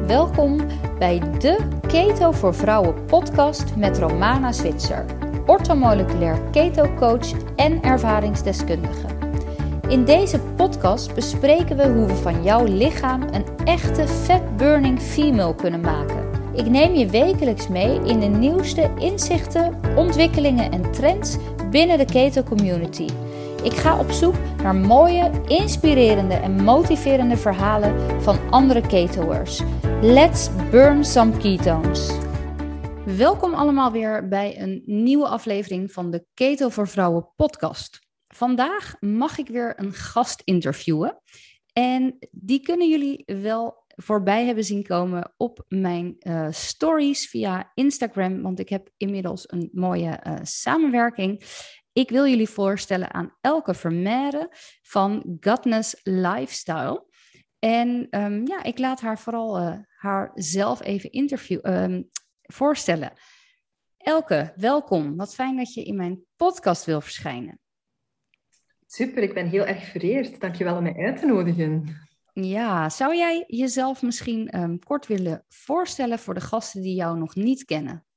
Welkom bij de Keto voor Vrouwen podcast met Romana Zwitser, orthomoleculair keto-coach en ervaringsdeskundige. In deze podcast bespreken we hoe we van jouw lichaam een echte fat-burning female kunnen maken. Ik neem je wekelijks mee in de nieuwste inzichten, ontwikkelingen en trends binnen de keto-community. Ik ga op zoek naar mooie, inspirerende en motiverende verhalen van andere keto'ers. Let's burn some ketones. Welkom allemaal weer bij een nieuwe aflevering van de Keto voor Vrouwen podcast. Vandaag mag ik weer een gast interviewen. En die kunnen jullie wel voorbij hebben zien komen op mijn stories via Instagram. Want ik heb inmiddels een mooie samenwerking. Ik wil jullie voorstellen aan Elke Vermeire van Godness Lifestyle. En ik laat haar vooral haarzelf even voorstellen. Elke, welkom. Wat fijn dat je in mijn podcast wil verschijnen. Super, ik ben heel erg vereerd. Dankjewel om mij uit te nodigen. Ja, zou jij jezelf misschien kort willen voorstellen voor de gasten die jou nog niet kennen?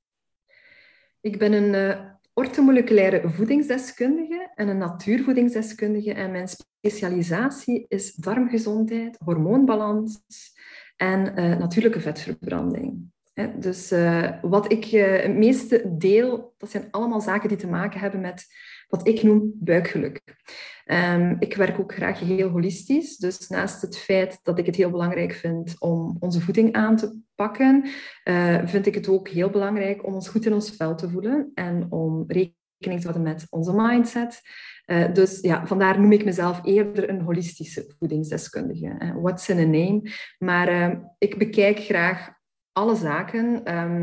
Ik ben een orthomoleculaire voedingsdeskundige en een natuurvoedingsdeskundige. En mijn specialisatie is darmgezondheid, hormoonbalans en natuurlijke vetverbranding. Dus wat ik het meeste deel, dat zijn allemaal zaken die te maken hebben met wat ik noem buikgeluk. Ik werk ook graag heel holistisch. Dus naast het feit dat ik het heel belangrijk vind om onze voeding aan te pakken, vind ik het ook heel belangrijk om ons goed in ons vel te voelen en om rekening te houden met onze mindset. Dus ja, vandaar noem ik mezelf eerder een holistische voedingsdeskundige. What's in a name? Maar ik bekijk graag alle zaken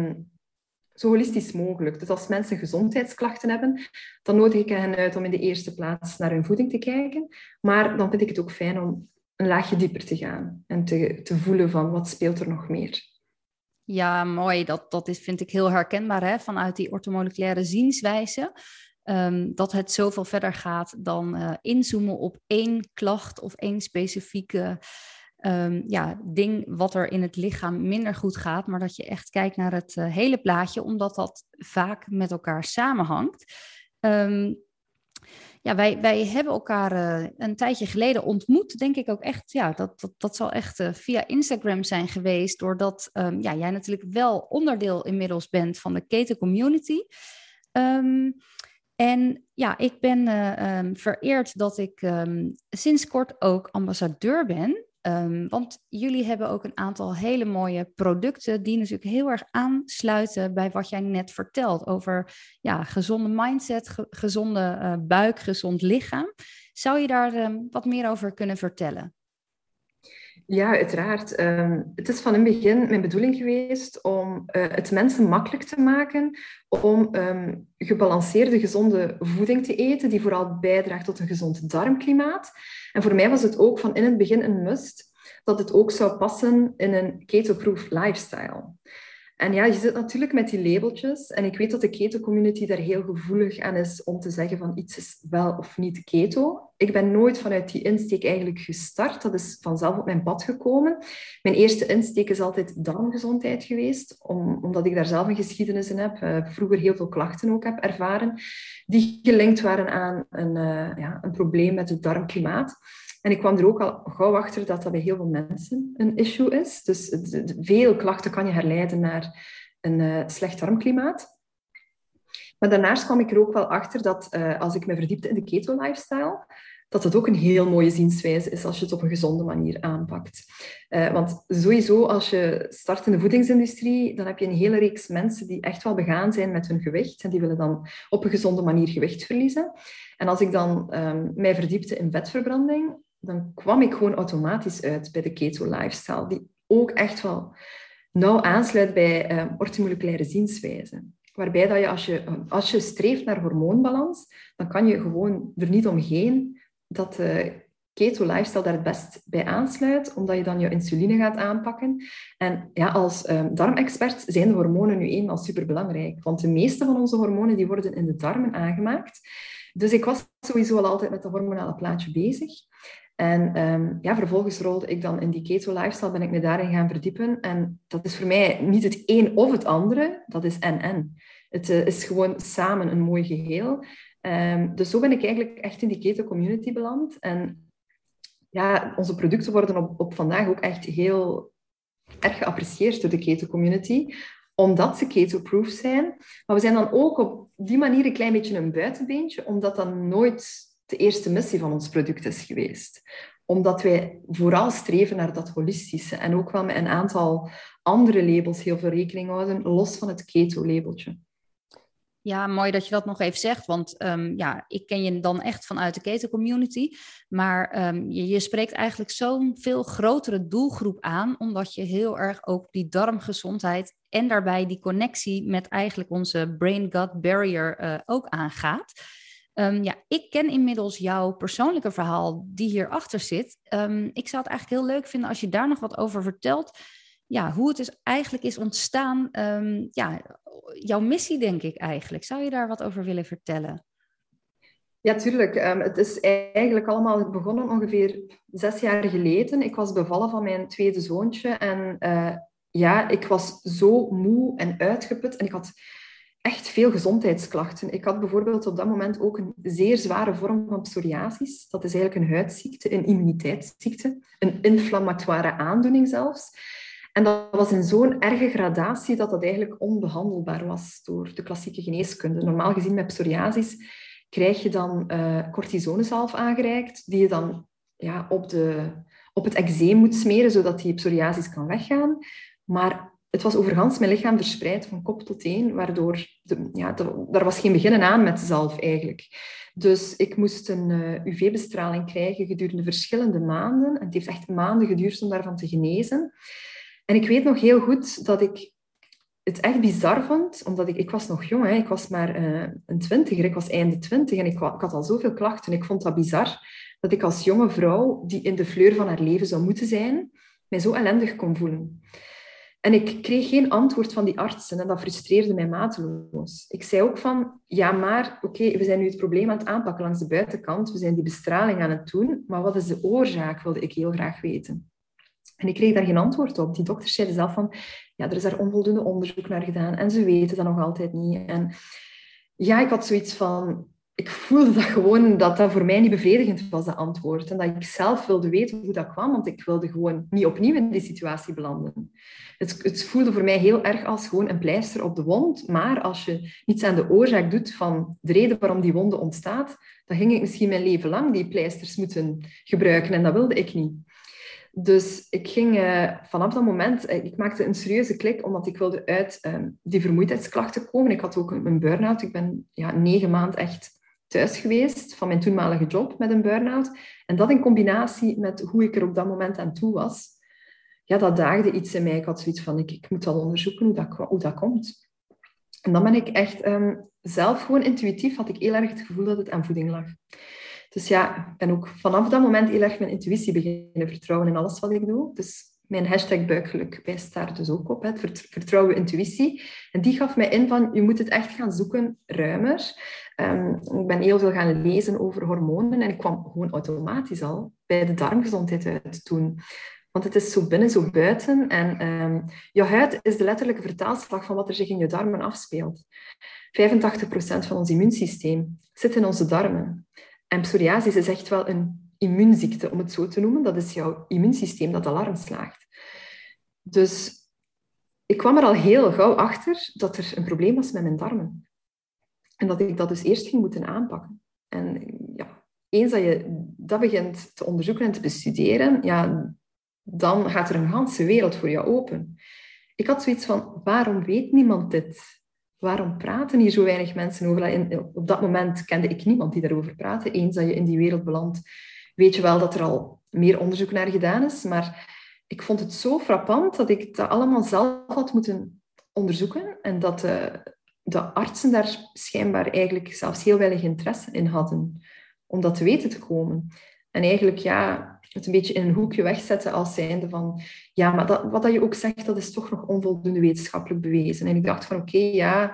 zo holistisch mogelijk. Dus als mensen gezondheidsklachten hebben, dan nodig ik hen uit om in de eerste plaats naar hun voeding te kijken. Maar dan vind ik het ook fijn om een laagje dieper te gaan en te voelen van wat speelt er nog meer. Ja, mooi. Dat vind ik heel herkenbaar hè? Vanuit die orthomoleculaire zienswijze. Dat het zoveel verder gaat dan inzoomen op één klacht of één specifieke ding wat er in het lichaam minder goed gaat, maar dat je echt kijkt naar het hele plaatje, omdat dat vaak met elkaar samenhangt. Wij hebben elkaar een tijdje geleden ontmoet, denk ik ook echt. Ja, dat zal echt via Instagram zijn geweest, doordat jij natuurlijk wel onderdeel inmiddels bent van de keto community. Ik ben vereerd dat ik sinds kort ook ambassadeur ben. Want jullie hebben ook een aantal hele mooie producten die natuurlijk heel erg aansluiten bij wat jij net vertelt over gezonde mindset, gezonde buik, gezond lichaam. Zou je daar wat meer over kunnen vertellen? Ja, uiteraard. Het is van in het begin mijn bedoeling geweest om het mensen makkelijk te maken om gebalanceerde, gezonde voeding te eten, die vooral bijdraagt tot een gezond darmklimaat. En voor mij was het ook van in het begin een must dat het ook zou passen in een keto-proof lifestyle. En ja, je zit natuurlijk met die labeltjes. En ik weet dat de keto-community daar heel gevoelig aan is om te zeggen van iets is wel of niet keto. Ik ben nooit vanuit die insteek eigenlijk gestart. Dat is vanzelf op mijn pad gekomen. Mijn eerste insteek is altijd darmgezondheid geweest, omdat ik daar zelf een geschiedenis in heb. Vroeger heel veel klachten ook heb ervaren, die gelinkt waren aan een probleem met het darmklimaat. En ik kwam er ook al gauw achter dat bij heel veel mensen een issue is. Dus veel klachten kan je herleiden naar een slecht darmklimaat. Maar daarnaast kwam ik er ook wel achter dat als ik me verdiepte in de keto-lifestyle, dat het ook een heel mooie zienswijze is als je het op een gezonde manier aanpakt. Want sowieso, als je start in de voedingsindustrie, dan heb je een hele reeks mensen die echt wel begaan zijn met hun gewicht. En die willen dan op een gezonde manier gewicht verliezen. En als ik dan mij verdiepte in vetverbranding, dan kwam ik gewoon automatisch uit bij de keto-lifestyle, die ook echt wel nauw aansluit bij orthomoleculaire zienswijze. Waarbij dat als je streeft naar hormoonbalans, dan kan je gewoon er niet omheen dat de keto-lifestyle daar het best bij aansluit, omdat je dan je insuline gaat aanpakken. En ja, als darmexpert zijn de hormonen nu eenmaal superbelangrijk, want de meeste van onze hormonen die worden in de darmen aangemaakt. Dus ik was sowieso al altijd met dat hormonale plaatje bezig. En vervolgens rolde ik dan in die keto-lifestyle, ben ik me daarin gaan verdiepen. En dat is voor mij niet het een of het andere, dat is en. Het is gewoon samen een mooi geheel. Dus zo ben ik eigenlijk echt in die keto-community beland. En ja, onze producten worden op vandaag ook echt heel erg geapprecieerd door de keto-community, omdat ze keto-proof zijn. Maar we zijn dan ook op die manier een klein beetje een buitenbeentje, omdat dat nooit de eerste missie van ons product is geweest. Omdat wij vooral streven naar dat holistische en ook wel met een aantal andere labels heel veel rekening houden, los van het keto-labeltje. Ja, mooi dat je dat nog even zegt, want ik ken je dan echt vanuit de keto-community, maar je spreekt eigenlijk zo'n veel grotere doelgroep aan, omdat je heel erg ook die darmgezondheid en daarbij die connectie met eigenlijk onze brain-gut barrier ook aangaat. Ik ken inmiddels jouw persoonlijke verhaal die hierachter zit. Ik zou het eigenlijk heel leuk vinden als je daar nog wat over vertelt. Ja, hoe het dus eigenlijk is ontstaan. Jouw missie, denk ik eigenlijk. Zou je daar wat over willen vertellen? Ja, tuurlijk. Het is eigenlijk allemaal begonnen ongeveer 6 jaar geleden. Ik was bevallen van mijn tweede zoontje. En ik was zo moe en uitgeput. En ik had echt veel gezondheidsklachten. Ik had bijvoorbeeld op dat moment ook een zeer zware vorm van psoriasis. Dat is eigenlijk een huidziekte, een immuniteitsziekte. Een inflammatoire aandoening zelfs. En dat was in zo'n erge gradatie dat eigenlijk onbehandelbaar was door de klassieke geneeskunde. Normaal gezien met psoriasis krijg je dan cortisonezalf aangereikt, die je dan op het eczeem moet smeren, zodat die psoriasis kan weggaan. Maar het was overgans mijn lichaam verspreid van kop tot teen, waardoor daar was geen beginnen aan met zalf eigenlijk. Dus ik moest een UV-bestraling krijgen gedurende verschillende maanden. En het heeft echt maanden geduurd om daarvan te genezen. En ik weet nog heel goed dat ik het echt bizar vond, omdat ik was nog jong, ik was maar een 20er, ik was einde 20 en ik had al zoveel klachten. Ik vond dat bizar dat ik als jonge vrouw, die in de fleur van haar leven zou moeten zijn, mij zo ellendig kon voelen. En ik kreeg geen antwoord van die artsen en dat frustreerde mij mateloos. Ik zei ook van, we zijn nu het probleem aan het aanpakken langs de buitenkant, we zijn die bestraling aan het doen, maar wat is de oorzaak, wilde ik heel graag weten. En ik kreeg daar geen antwoord op. Die dokters zeiden zelf van, er is daar onvoldoende onderzoek naar gedaan en ze weten dat nog altijd niet. En ik had zoiets van, ik voelde dat gewoon, dat voor mij niet bevredigend was, dat antwoord. En dat ik zelf wilde weten hoe dat kwam, want ik wilde gewoon niet opnieuw in die situatie belanden. Het voelde voor mij heel erg als gewoon een pleister op de wond, maar als je niets aan de oorzaak doet van de reden waarom die wonde ontstaat, dan ging ik misschien mijn leven lang die pleisters moeten gebruiken en dat wilde ik niet. Dus ik ging vanaf dat moment, ik maakte een serieuze klik, omdat ik wilde uit die vermoeidheidsklachten komen. Ik had ook een burn-out. Ik ben 9 maanden echt thuis geweest van mijn toenmalige job met een burn-out. En dat in combinatie met hoe ik er op dat moment aan toe was, dat daagde iets in mij. Ik had zoiets van, ik moet dat onderzoeken hoe dat komt. En dan ben ik echt zelf gewoon intuïtief, had ik heel erg het gevoel dat het aan voeding lag. Dus ik ben ook vanaf dat moment heel erg mijn intuïtie beginnen vertrouwen in alles wat ik doe. Dus mijn hashtag buikgeluk wijst daar dus ook op. Vertrouwen intuïtie. En die gaf mij in van, je moet het echt gaan zoeken ruimer. Ik ben heel veel gaan lezen over hormonen. En ik kwam gewoon automatisch al bij de darmgezondheid uit toen. Want het is zo binnen, zo buiten. En je huid is de letterlijke vertaalslag van wat er zich in je darmen afspeelt. 85% van ons immuunsysteem zit in onze darmen. En psoriasis is echt wel een immuunziekte, om het zo te noemen. Dat is jouw immuunsysteem dat alarm slaagt. Dus ik kwam er al heel gauw achter dat er een probleem was met mijn darmen. En dat ik dat dus eerst ging moeten aanpakken. En eens dat je dat begint te onderzoeken en te bestuderen, dan gaat er een ganse wereld voor jou open. Ik had zoiets van, waarom weet niemand dit? Waarom praten hier zo weinig mensen over? Op dat moment kende ik niemand die daarover praatte. Eens dat je in die wereld belandt, weet je wel dat er al meer onderzoek naar gedaan is. Maar ik vond het zo frappant dat ik dat allemaal zelf had moeten onderzoeken. En dat de artsen daar schijnbaar eigenlijk zelfs heel weinig interesse in hadden om dat te weten te komen. En eigenlijk het een beetje in een hoekje wegzetten als zijnde van, maar wat dat je ook zegt, dat is toch nog onvoldoende wetenschappelijk bewezen. En ik dacht van,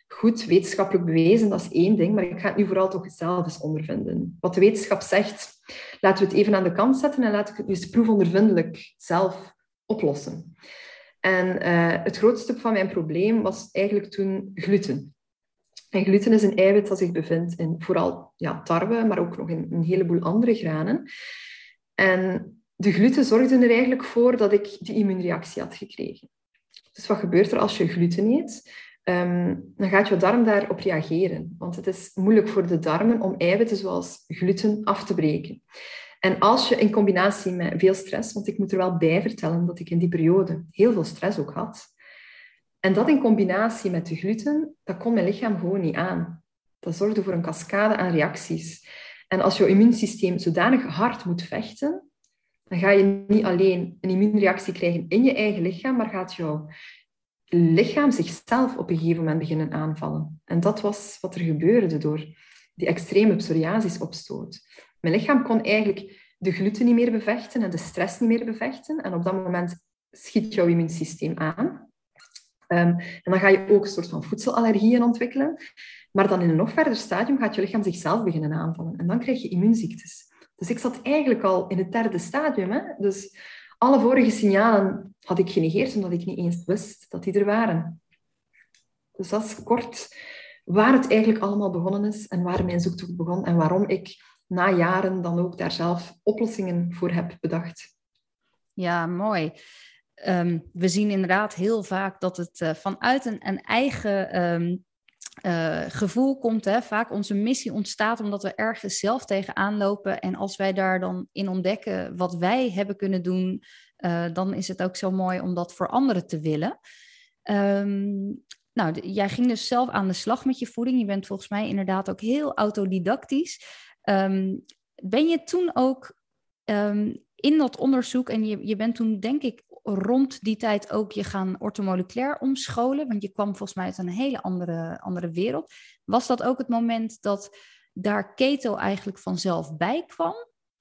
goed, wetenschappelijk bewezen, dat is één ding, maar ik ga het nu vooral toch zelf eens ondervinden. Wat de wetenschap zegt, laten we het even aan de kant zetten en laat ik het nu eens proefondervindelijk zelf oplossen. En het grootste stuk van mijn probleem was eigenlijk toen gluten. En gluten is een eiwit dat zich bevindt in vooral tarwe, maar ook nog in een heleboel andere granen. En de gluten zorgden er eigenlijk voor dat ik die immuunreactie had gekregen. Dus wat gebeurt er als je gluten eet? Dan gaat je darm daarop reageren. Want het is moeilijk voor de darmen om eiwitten zoals gluten af te breken. En als je in combinatie met veel stress, want ik moet er wel bij vertellen dat ik in die periode heel veel stress ook had. En dat in combinatie met de gluten, dat kon mijn lichaam gewoon niet aan. Dat zorgde voor een cascade aan reacties. En als je immuunsysteem zodanig hard moet vechten, dan ga je niet alleen een immuunreactie krijgen in je eigen lichaam, maar gaat jouw lichaam zichzelf op een gegeven moment beginnen aanvallen. En dat was wat er gebeurde door die extreme psoriasisopstoot. Mijn lichaam kon eigenlijk de gluten niet meer bevechten en de stress niet meer bevechten. En op dat moment schiet jouw immuunsysteem aan. En dan ga je ook een soort van voedselallergieën ontwikkelen. Maar dan in een nog verder stadium gaat je lichaam zichzelf beginnen aanvallen. En dan krijg je immuunziektes. Dus ik zat eigenlijk al in het derde stadium. Hè? Dus alle vorige signalen had ik genegeerd, omdat ik niet eens wist dat die er waren. Dus dat is kort waar het eigenlijk allemaal begonnen is en waar mijn zoektocht begon en waarom ik na jaren dan ook daar zelf oplossingen voor heb bedacht. Ja, mooi. We zien inderdaad heel vaak dat het vanuit een eigen gevoel komt. Hè? Vaak onze missie ontstaat omdat we ergens zelf tegenaan lopen. En als wij daar dan in ontdekken wat wij hebben kunnen doen, dan is het ook zo mooi om dat voor anderen te willen. Jij ging dus zelf aan de slag met je voeding. Je bent volgens mij inderdaad ook heel autodidactisch. Ben je toen ook in dat onderzoek, en je bent toen denk ik rond die tijd ook je gaan orthomoleculair omscholen, want je kwam volgens mij uit een hele andere wereld. Was dat ook het moment dat daar keto eigenlijk vanzelf bij kwam?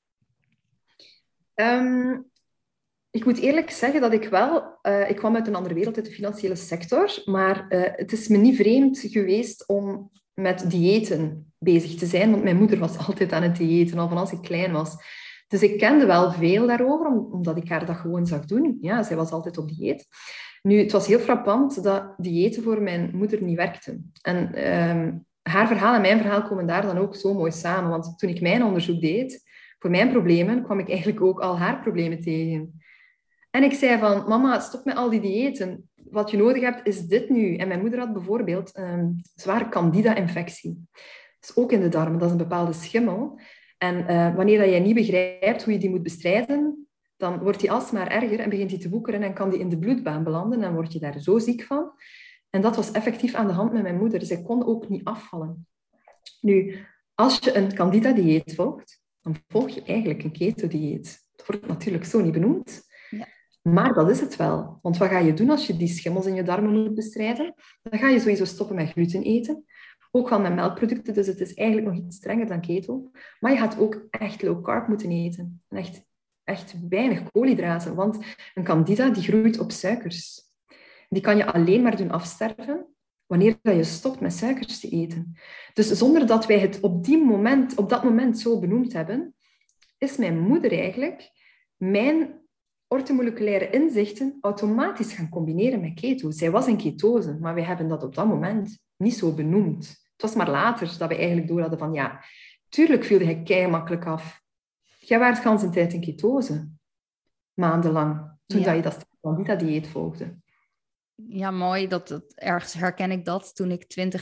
Ik moet eerlijk zeggen dat ik kwam uit een andere wereld, uit de financiële sector, maar het is me niet vreemd geweest om met diëten bezig te zijn, want mijn moeder was altijd aan het diëten, al van als ik klein was. Dus ik kende wel veel daarover, omdat ik haar dat gewoon zag doen. Ja, zij was altijd op dieet. Nu, het was heel frappant dat diëten voor mijn moeder niet werkten. En haar verhaal en mijn verhaal komen daar dan ook zo mooi samen. Want toen ik mijn onderzoek deed, voor mijn problemen, kwam ik eigenlijk ook al haar problemen tegen. En ik zei van, mama, stop met al die diëten. Wat je nodig hebt, is dit nu. En mijn moeder had bijvoorbeeld zware candida-infectie. Dat is ook in de darmen, dat is een bepaalde schimmel. En wanneer dat jij niet begrijpt hoe je die moet bestrijden, dan wordt die alsmaar erger en begint die te woekeren en kan die in de bloedbaan belanden en word je daar zo ziek van. En dat was effectief aan de hand met mijn moeder. Zij kon ook niet afvallen. Nu, als je een candida-dieet volgt, dan volg je eigenlijk een keto-dieet. Dat wordt natuurlijk zo niet benoemd. Ja. Maar dat is het wel. Want wat ga je doen als je die schimmels in je darmen moet bestrijden? Dan ga je sowieso stoppen met gluten eten. Ook wel met melkproducten, dus het is eigenlijk nog iets strenger dan keto. Maar je gaat ook echt low carb moeten eten. En echt weinig koolhydraten, want een candida die groeit op suikers. Die kan je alleen maar doen afsterven wanneer je stopt met suikers te eten. Dus zonder dat wij het op dat moment zo benoemd hebben, is mijn moeder eigenlijk mijn orthomoleculaire inzichten automatisch gaan combineren met keto. Zij was in ketose, maar wij hebben dat op dat moment niet zo benoemd. Het was maar later dat we eigenlijk door hadden van ja, tuurlijk viel hij keihemakkelijk af. Jij waart de hele tijd in ketose. Maandenlang. Toen dat je dat candida-dieet volgde. Ja, mooi. Ergens herken ik dat. Toen ik 21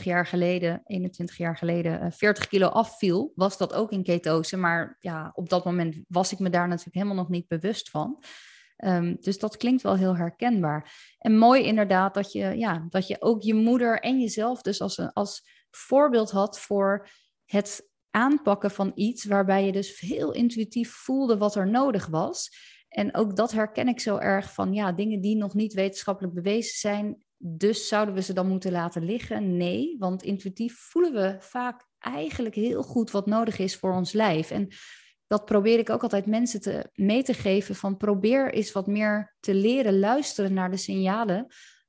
jaar geleden 40 kilo afviel, was dat ook in ketose. Maar ja, op dat moment was ik me daar natuurlijk helemaal nog niet bewust van. Dus dat klinkt wel heel herkenbaar. En mooi inderdaad dat je ook je moeder en jezelf dus als voorbeeld had voor het aanpakken van iets waarbij je dus heel intuïtief voelde wat er nodig was. En ook dat herken ik zo erg van dingen die nog niet wetenschappelijk bewezen zijn. Dus zouden we ze dan moeten laten liggen? Nee, want intuïtief voelen we vaak eigenlijk heel goed wat nodig is voor ons lijf. En dat probeer ik ook altijd mensen mee te geven van probeer eens wat meer te leren luisteren naar de signalen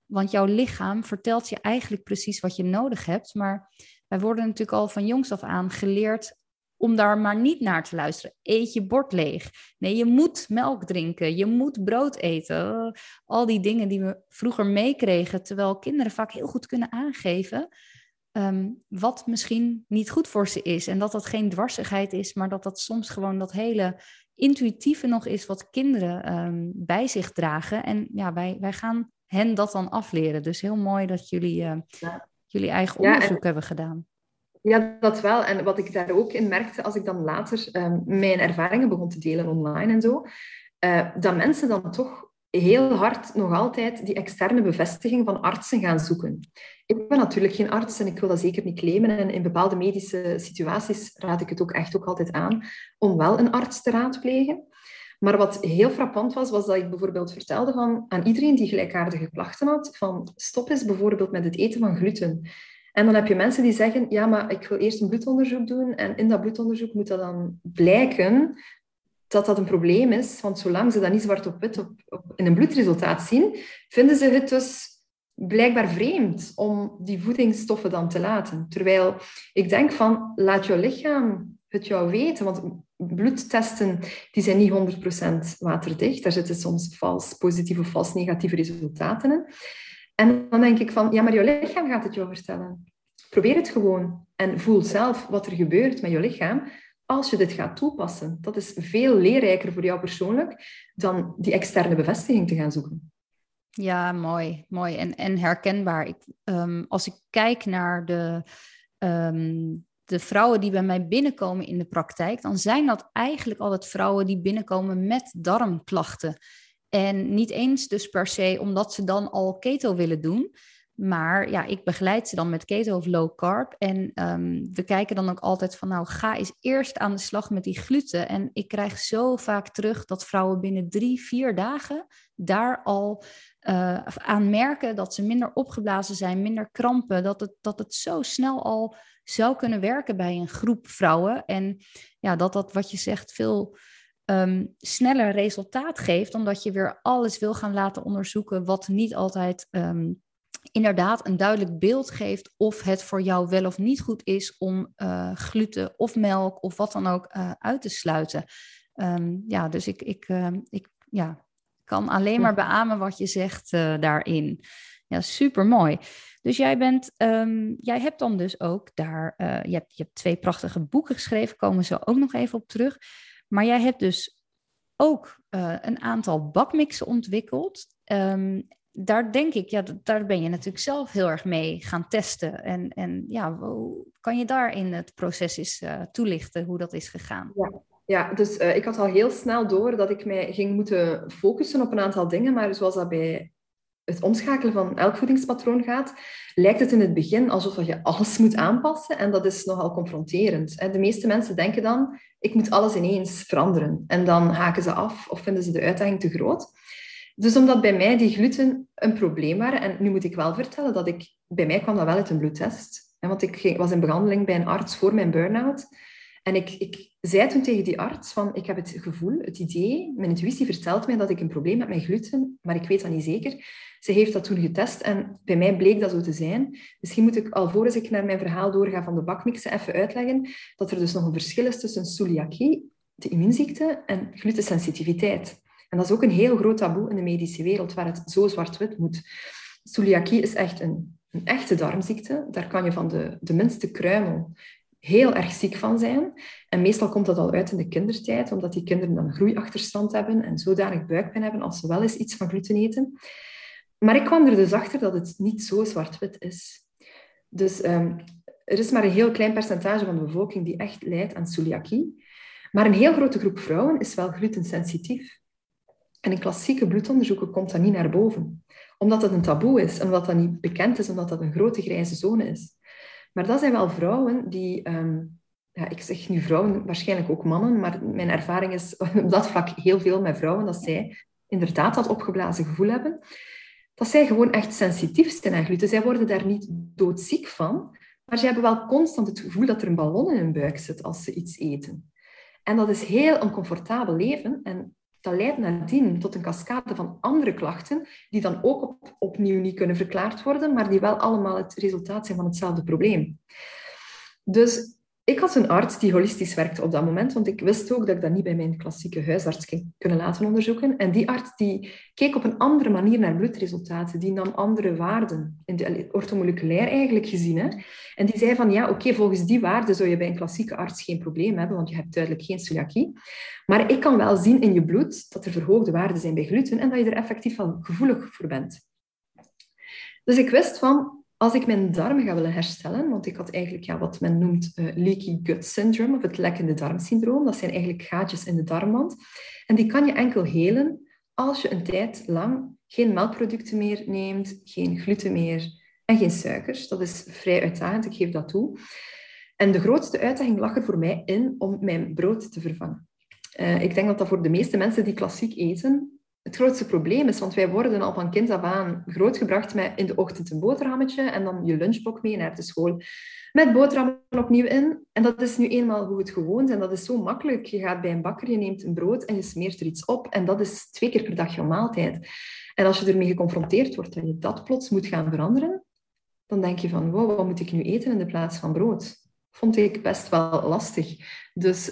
Want jouw lichaam vertelt je eigenlijk precies wat je nodig hebt. Maar wij worden natuurlijk al van jongs af aan geleerd om daar maar niet naar te luisteren. Eet je bord leeg. Nee, je moet melk drinken. Je moet brood eten. Al die dingen die we vroeger meekregen. Terwijl kinderen vaak heel goed kunnen aangeven wat misschien niet goed voor ze is. En dat dat geen dwarsigheid is, maar dat dat soms gewoon dat hele intuïtieve nog is wat kinderen bij zich dragen. En ja, wij gaan hen dat dan afleren. Dus heel mooi dat jullie jullie eigen onderzoek hebben gedaan. Ja, dat wel. En wat ik daar ook in merkte, als ik dan later mijn ervaringen begon te delen online en zo, dat mensen dan toch heel hard nog altijd die externe bevestiging van artsen gaan zoeken. Ik ben natuurlijk geen arts en ik wil dat zeker niet claimen. En in bepaalde medische situaties raad ik het ook echt ook altijd aan om wel een arts te raadplegen. Maar wat heel frappant was dat ik bijvoorbeeld vertelde aan iedereen die gelijkaardige klachten had, van stop eens bijvoorbeeld met het eten van gluten. En dan heb je mensen die zeggen, ja, maar ik wil eerst een bloedonderzoek doen en in dat bloedonderzoek moet dat dan blijken dat dat een probleem is. Want zolang ze dat niet zwart op wit in een bloedresultaat zien, vinden ze het dus blijkbaar vreemd om die voedingsstoffen dan te laten. Terwijl ik denk van, laat jouw lichaam het jou weten. Want bloedtesten die zijn niet 100% waterdicht. Daar zitten soms vals positieve of vals negatieve resultaten in. En dan denk ik van, ja, maar jouw lichaam gaat het jou vertellen. Probeer het gewoon en voel zelf wat er gebeurt met je lichaam als je dit gaat toepassen. Dat is veel leerrijker voor jou persoonlijk dan die externe bevestiging te gaan zoeken. Ja, mooi. En herkenbaar. Als ik kijk naar de vrouwen die bij mij binnenkomen in de praktijk, dan zijn dat eigenlijk altijd vrouwen die binnenkomen met darmklachten. En niet eens dus per se omdat ze dan al keto willen doen. Maar ja, ik begeleid ze dan met keto of low carb. En we kijken dan ook altijd van, nou, ga eens eerst aan de slag met die gluten. En ik krijg zo vaak terug dat vrouwen binnen 3-4 dagen daar al aan merken dat ze minder opgeblazen zijn, minder krampen. Dat het zo snel al zou kunnen werken bij een groep vrouwen. En ja, dat wat je zegt veel sneller resultaat geeft, omdat je weer alles wil gaan laten onderzoeken wat niet altijd inderdaad een duidelijk beeld geeft of het voor jou wel of niet goed is om gluten of melk of wat dan ook uit te sluiten. Dus ik kan alleen maar beamen wat je zegt daarin. Ja, supermooi. Dus jij hebt dan dus ook daar, je hebt 2 prachtige boeken geschreven, komen ze ook nog even op terug. Maar jij hebt dus ook een aantal bakmixen ontwikkeld. Daar denk ik, daar ben je natuurlijk zelf heel erg mee gaan testen. En kan je daar in het proces eens toelichten hoe dat is gegaan? Ja, dus ik had al heel snel door dat ik mij ging moeten focussen op een aantal dingen. Maar zoals dat bij het omschakelen van elk voedingspatroon gaat, lijkt het in het begin alsof je alles moet aanpassen. En dat is nogal confronterend. De meeste mensen denken dan, ik moet alles ineens veranderen. En dan haken ze af of vinden ze de uitdaging te groot. Dus omdat bij mij die gluten een probleem waren, en nu moet ik wel vertellen dat bij mij kwam dat wel uit een bloedtest. Want ik was in behandeling bij een arts voor mijn burn-out. En ik zei toen tegen die arts van, ik heb het gevoel, het idee, mijn intuïtie vertelt mij dat ik een probleem heb met gluten, maar ik weet dat niet zeker. Ze heeft dat toen getest en bij mij bleek dat zo te zijn. Misschien moet ik, alvorens ik naar mijn verhaal doorga van de bakmixen, even uitleggen dat er dus nog een verschil is tussen celiakie, de immuunziekte, en glutensensitiviteit. En dat is ook een heel groot taboe in de medische wereld, waar het zo zwart-wit moet. Celiakie is echt een echte darmziekte. Daar kan je van de minste kruimel heel erg ziek van zijn. En meestal komt dat al uit in de kindertijd, omdat die kinderen dan groeiachterstand hebben en zodanig buikpijn hebben als ze wel eens iets van gluten eten. Maar ik kwam er dus achter dat het niet zo zwart-wit is. Dus er is maar een heel klein percentage van de bevolking die echt lijdt aan celiakie. Maar een heel grote groep vrouwen is wel glutensensitief. En in klassieke bloedonderzoeken komt dat niet naar boven. Omdat het een taboe is, omdat dat niet bekend is, omdat dat een grote grijze zone is. Maar dat zijn wel vrouwen die... ik zeg nu vrouwen, waarschijnlijk ook mannen, maar mijn ervaring is op dat vlak heel veel met vrouwen, dat zij inderdaad dat opgeblazen gevoel hebben. Dat zij gewoon echt sensitief zijn aan gluten. Zij worden daar niet doodziek van, maar ze hebben wel constant het gevoel dat er een ballon in hun buik zit als ze iets eten. En dat is heel oncomfortabel leven. En dat leidt nadien tot een cascade van andere klachten, die dan ook opnieuw niet kunnen verklaard worden, maar die wel allemaal het resultaat zijn van hetzelfde probleem. Dus ik had een arts die holistisch werkte op dat moment, want ik wist ook dat ik dat niet bij mijn klassieke huisarts ging kunnen laten onderzoeken. En die arts die keek op een andere manier naar bloedresultaten, die nam andere waarden, in de orthomoleculair eigenlijk gezien. Hè? En die zei van, ja, oké, volgens die waarden zou je bij een klassieke arts geen probleem hebben, want je hebt duidelijk geen celiakie. Maar ik kan wel zien in je bloed dat er verhoogde waarden zijn bij gluten en dat je er effectief wel gevoelig voor bent. Dus ik wist van, als ik mijn darmen ga willen herstellen, want ik had eigenlijk wat men noemt leaky gut syndrome, of het lekkende darmsyndroom. Dat zijn eigenlijk gaatjes in de darmwand. En die kan je enkel helen als je een tijd lang geen melkproducten meer neemt, geen gluten meer en geen suikers. Dat is vrij uitdagend, ik geef dat toe. En de grootste uitdaging lag er voor mij in om mijn brood te vervangen. Ik denk dat dat voor de meeste mensen die klassiek eten het grootste probleem is, want wij worden al van kind af aan grootgebracht met in de ochtend een boterhammetje en dan je lunchbok mee naar de school met boterhammen opnieuw in. En dat is nu eenmaal hoe het gewoon is en dat is zo makkelijk. Je gaat bij een bakker, je neemt een brood en je smeert er iets op en dat is 2 keer per dag jouw maaltijd. En als je ermee geconfronteerd wordt dat je dat plots moet gaan veranderen, dan denk je van, wow, wat moet ik nu eten in de plaats van brood? Vond ik best wel lastig. Dus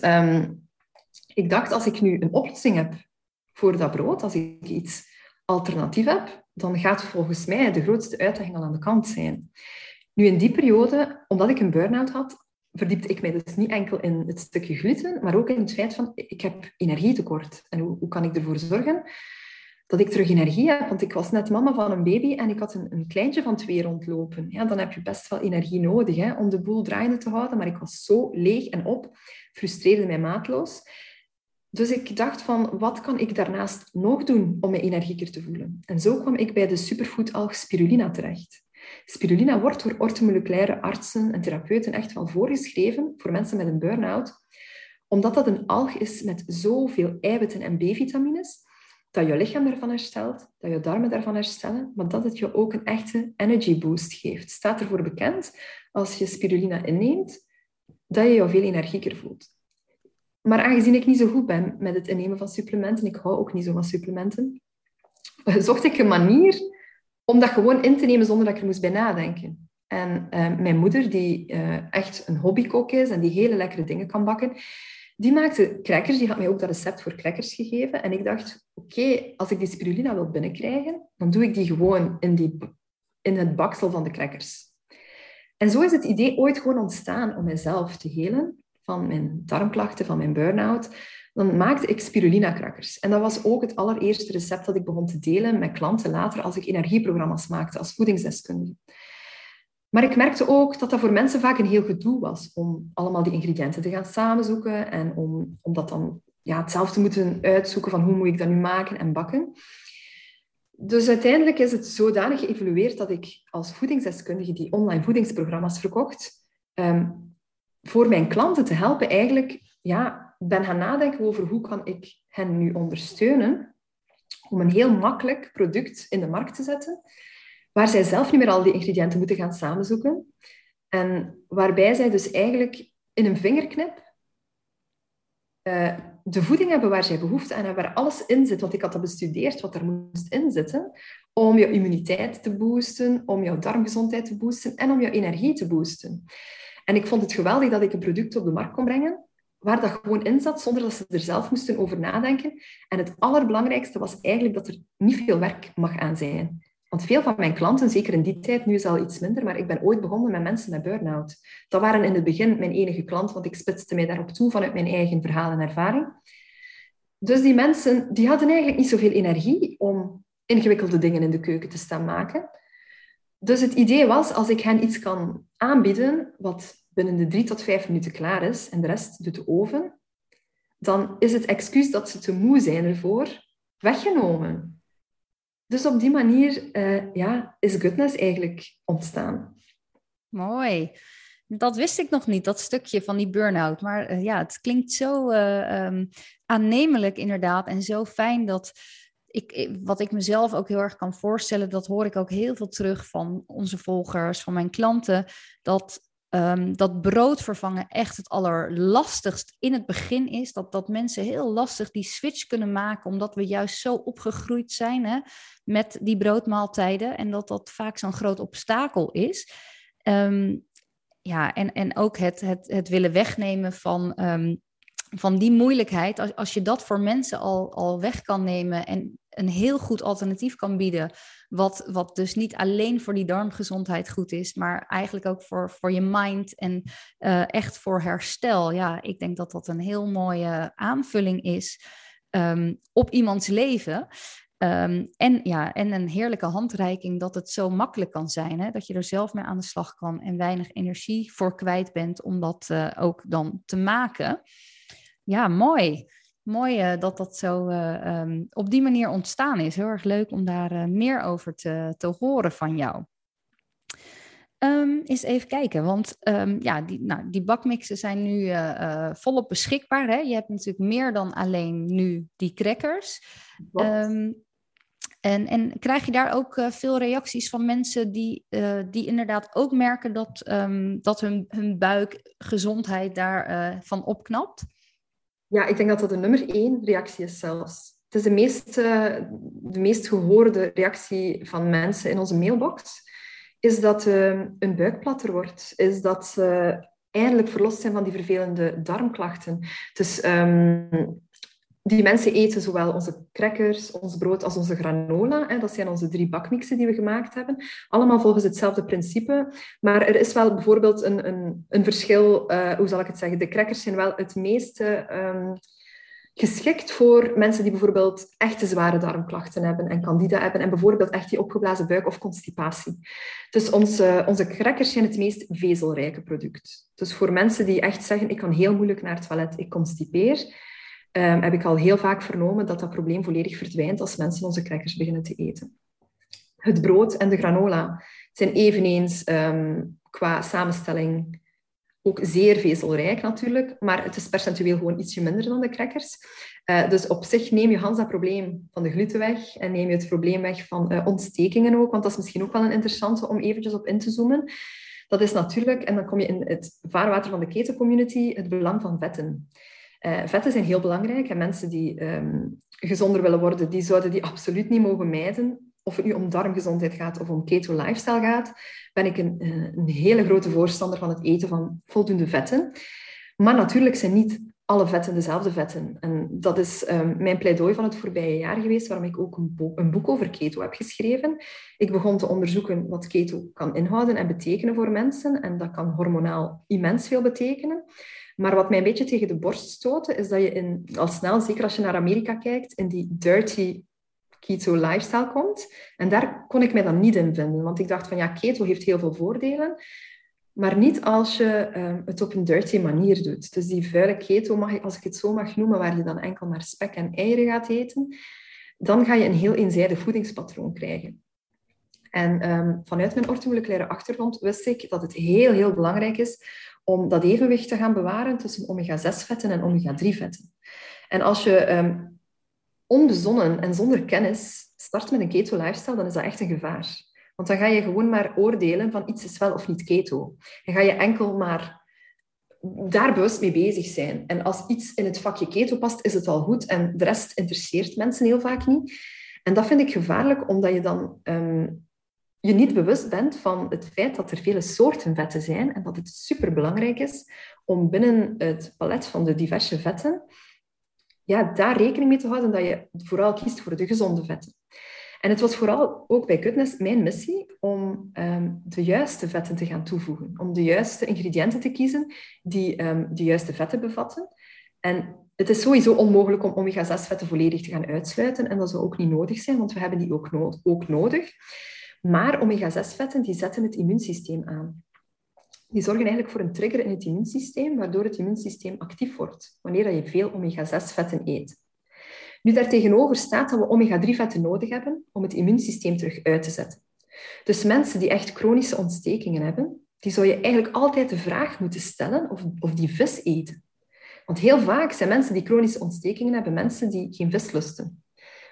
ik dacht, als ik nu een oplossing heb voor dat brood, als ik iets alternatief heb, dan gaat volgens mij de grootste uitdaging al aan de kant zijn. Nu, in die periode, omdat ik een burn-out had, verdiepte ik mij dus niet enkel in het stukje gluten, maar ook in het feit van, ik heb energietekort. En hoe kan ik ervoor zorgen dat ik terug energie heb? Want ik was net mama van een baby en ik had een kleintje van 2 rondlopen. Ja, dan heb je best wel energie nodig om de boel draaiende te houden, maar ik was zo leeg en op, frustreerde mij maatloos. Dus ik dacht van, wat kan ik daarnaast nog doen om me energieker te voelen? En zo kwam ik bij de superfoodalg spirulina terecht. Spirulina wordt door orthomoleculaire artsen en therapeuten echt wel voorgeschreven voor mensen met een burn-out, omdat dat een alg is met zoveel eiwitten en B-vitamines, dat je lichaam daarvan herstelt, dat je darmen daarvan herstellen, maar dat het je ook een echte energy boost geeft. Staat ervoor bekend, als je spirulina inneemt, dat je je veel energieker voelt. Maar aangezien ik niet zo goed ben met het innemen van supplementen, ik hou ook niet zo van supplementen, zocht ik een manier om dat gewoon in te nemen zonder dat ik er moest bij nadenken. En mijn moeder, die echt een hobbykok is en die hele lekkere dingen kan bakken, die maakte crackers. Die had mij ook dat recept voor crackers gegeven. En ik dacht, oké, als ik die spirulina wil binnenkrijgen, dan doe ik die gewoon in het baksel van de crackers. En zo is het idee ooit gewoon ontstaan om mezelf te helen van mijn darmklachten, van mijn burn-out. Dan maakte ik spirulina-crackers. En dat was ook het allereerste recept dat ik begon te delen met klanten later als ik energieprogramma's maakte als voedingsdeskundige. Maar ik merkte ook dat dat voor mensen vaak een heel gedoe was om allemaal die ingrediënten te gaan samenzoeken en om dat dan zelf te moeten uitzoeken van hoe moet ik dat nu maken en bakken. Dus uiteindelijk is het zodanig geëvolueerd dat ik als voedingsdeskundige die online voedingsprogramma's verkocht, voor mijn klanten te helpen eigenlijk ben gaan nadenken over hoe kan ik hen nu ondersteunen om een heel makkelijk product in de markt te zetten, waar zij zelf niet meer al die ingrediënten moeten gaan samenzoeken. En waarbij zij dus eigenlijk in een vingerknip de voeding hebben waar zij behoefte aan hebben, waar alles in zit. Want ik had dat bestudeerd, wat er moest in zitten, om je immuniteit te boosten, om jouw darmgezondheid te boosten en om jouw energie te boosten. En ik vond het geweldig dat ik een product op de markt kon brengen, waar dat gewoon in zat, zonder dat ze er zelf moesten over nadenken. En het allerbelangrijkste was eigenlijk dat er niet veel werk mag aan zijn. Want veel van mijn klanten, zeker in die tijd, nu is al iets minder, maar ik ben ooit begonnen met mensen met burn-out. Dat waren in het begin mijn enige klant, want ik spitste mij daarop toe vanuit mijn eigen verhaal en ervaring. Dus die mensen, die hadden eigenlijk niet zoveel energie om ingewikkelde dingen in de keuken te staan maken. Dus het idee was, als ik hen iets kan aanbieden, wat binnen de 3 tot 5 minuten klaar is, en de rest doet de oven, dan is het excuus dat ze te moe zijn ervoor weggenomen. Dus op die manier is Goodness eigenlijk ontstaan. Mooi. Dat wist ik nog niet, dat stukje van die burn-out. Maar het klinkt zo aannemelijk inderdaad. En zo fijn dat wat ik mezelf ook heel erg kan voorstellen, dat hoor ik ook heel veel terug van onze volgers, van mijn klanten, dat dat brood vervangen echt het allerlastigst in het begin is. Dat mensen heel lastig die switch kunnen maken, omdat we juist zo opgegroeid zijn, hè, met die broodmaaltijden. En dat vaak zo'n groot obstakel is. En ook het willen wegnemen van die moeilijkheid. Als je dat voor mensen al weg kan nemen en een heel goed alternatief kan bieden, wat dus niet alleen voor die darmgezondheid goed is, maar eigenlijk ook voor je mind en echt voor herstel. Ja, ik denk dat dat een heel mooie aanvulling is op iemands leven. En een heerlijke handreiking dat het zo makkelijk kan zijn, hè? Dat je er zelf mee aan de slag kan en weinig energie voor kwijt bent om dat ook dan te maken. Ja, mooi. Mooi dat dat zo op die manier ontstaan is. Heel erg leuk om daar meer over te horen van jou. Eens even kijken, want die bakmixen zijn nu volop beschikbaar. Hè? Je hebt natuurlijk meer dan alleen nu die crackers. En krijg je daar ook veel reacties van mensen die inderdaad ook merken dat hun buikgezondheid daarvan opknapt? Ja, ik denk dat dat de nummer 1 reactie is zelfs. Het is de meest gehoorde reactie van mensen in onze mailbox, is dat hun buik platter wordt, is dat ze eindelijk verlost zijn van die vervelende darmklachten. Dus die mensen eten zowel onze crackers, ons brood als onze granola. Hè. Dat zijn onze 3 bakmixen die we gemaakt hebben. Allemaal volgens hetzelfde principe. Maar er is wel bijvoorbeeld een verschil. Hoe zal ik het zeggen? De crackers zijn wel het meeste geschikt voor mensen die bijvoorbeeld echte zware darmklachten hebben en candida hebben en bijvoorbeeld echt die opgeblazen buik of constipatie. Dus onze crackers zijn het meest vezelrijke product. Dus voor mensen die echt zeggen, ik kan heel moeilijk naar het toilet, ik constipeer, heb ik al heel vaak vernomen dat probleem volledig verdwijnt als mensen onze crackers beginnen te eten. Het brood en de granola zijn eveneens qua samenstelling ook zeer vezelrijk natuurlijk, maar het is percentueel gewoon ietsje minder dan de crackers. Dus op zich neem je dat probleem van de gluten weg en neem je het probleem weg van ontstekingen ook, want dat is misschien ook wel een interessante om eventjes op in te zoomen. Dat is natuurlijk, en dan kom je in het vaarwater van de keto-community, het belang van vetten. Vetten zijn heel belangrijk en mensen die gezonder willen worden, die zouden die absoluut niet mogen mijden. Of het nu om darmgezondheid gaat of om keto-lifestyle gaat, ben ik een hele grote voorstander van het eten van voldoende vetten. Maar natuurlijk zijn niet alle vetten dezelfde vetten. En dat is mijn pleidooi van het voorbije jaar geweest, waarom ik ook een boek over keto heb geschreven. Ik begon te onderzoeken wat keto kan inhouden en betekenen voor mensen. En dat kan hormonaal immens veel betekenen. Maar wat mij een beetje tegen de borst stootte, is dat je al snel, zeker als je naar Amerika kijkt, in die dirty keto-lifestyle komt. En daar kon ik mij dan niet in vinden. Want ik dacht van, ja, keto heeft heel veel voordelen, maar niet als je het op een dirty manier doet. Dus die vuile keto, als ik het zo mag noemen, waar je dan enkel maar spek en eieren gaat eten, dan ga je een heel eenzijdig voedingspatroon krijgen. En vanuit mijn orthomoleculaire achtergrond wist ik dat het heel, heel belangrijk is om dat evenwicht te gaan bewaren tussen omega-6-vetten en omega-3-vetten. En als je onbezonnen en zonder kennis start met een keto-lifestyle, dan is dat echt een gevaar. Want dan ga je gewoon maar oordelen van iets is wel of niet keto. En ga je enkel maar daar bewust mee bezig zijn. En als iets in het vakje keto past, is het al goed. En de rest interesseert mensen heel vaak niet. En dat vind ik gevaarlijk, omdat je dan je niet bewust bent van het feit dat er vele soorten vetten zijn en dat het superbelangrijk is om binnen het palet van de diverse vetten daar rekening mee te houden dat je vooral kiest voor de gezonde vetten. En het was vooral ook bij Goodness mijn missie om de juiste vetten te gaan toevoegen. Om de juiste ingrediënten te kiezen die de juiste vetten bevatten. En het is sowieso onmogelijk om omega-6-vetten volledig te gaan uitsluiten. En dat zou ook niet nodig zijn, want we hebben die ook nodig. Maar omega-6-vetten die zetten het immuunsysteem aan. Die zorgen eigenlijk voor een trigger in het immuunsysteem, waardoor het immuunsysteem actief wordt, wanneer je veel omega-6-vetten eet. Nu, daartegenover staat dat we omega-3-vetten nodig hebben om het immuunsysteem terug uit te zetten. Dus mensen die echt chronische ontstekingen hebben, die zou je eigenlijk altijd de vraag moeten stellen of die vis eten. Want heel vaak zijn mensen die chronische ontstekingen hebben, mensen die geen vis lusten.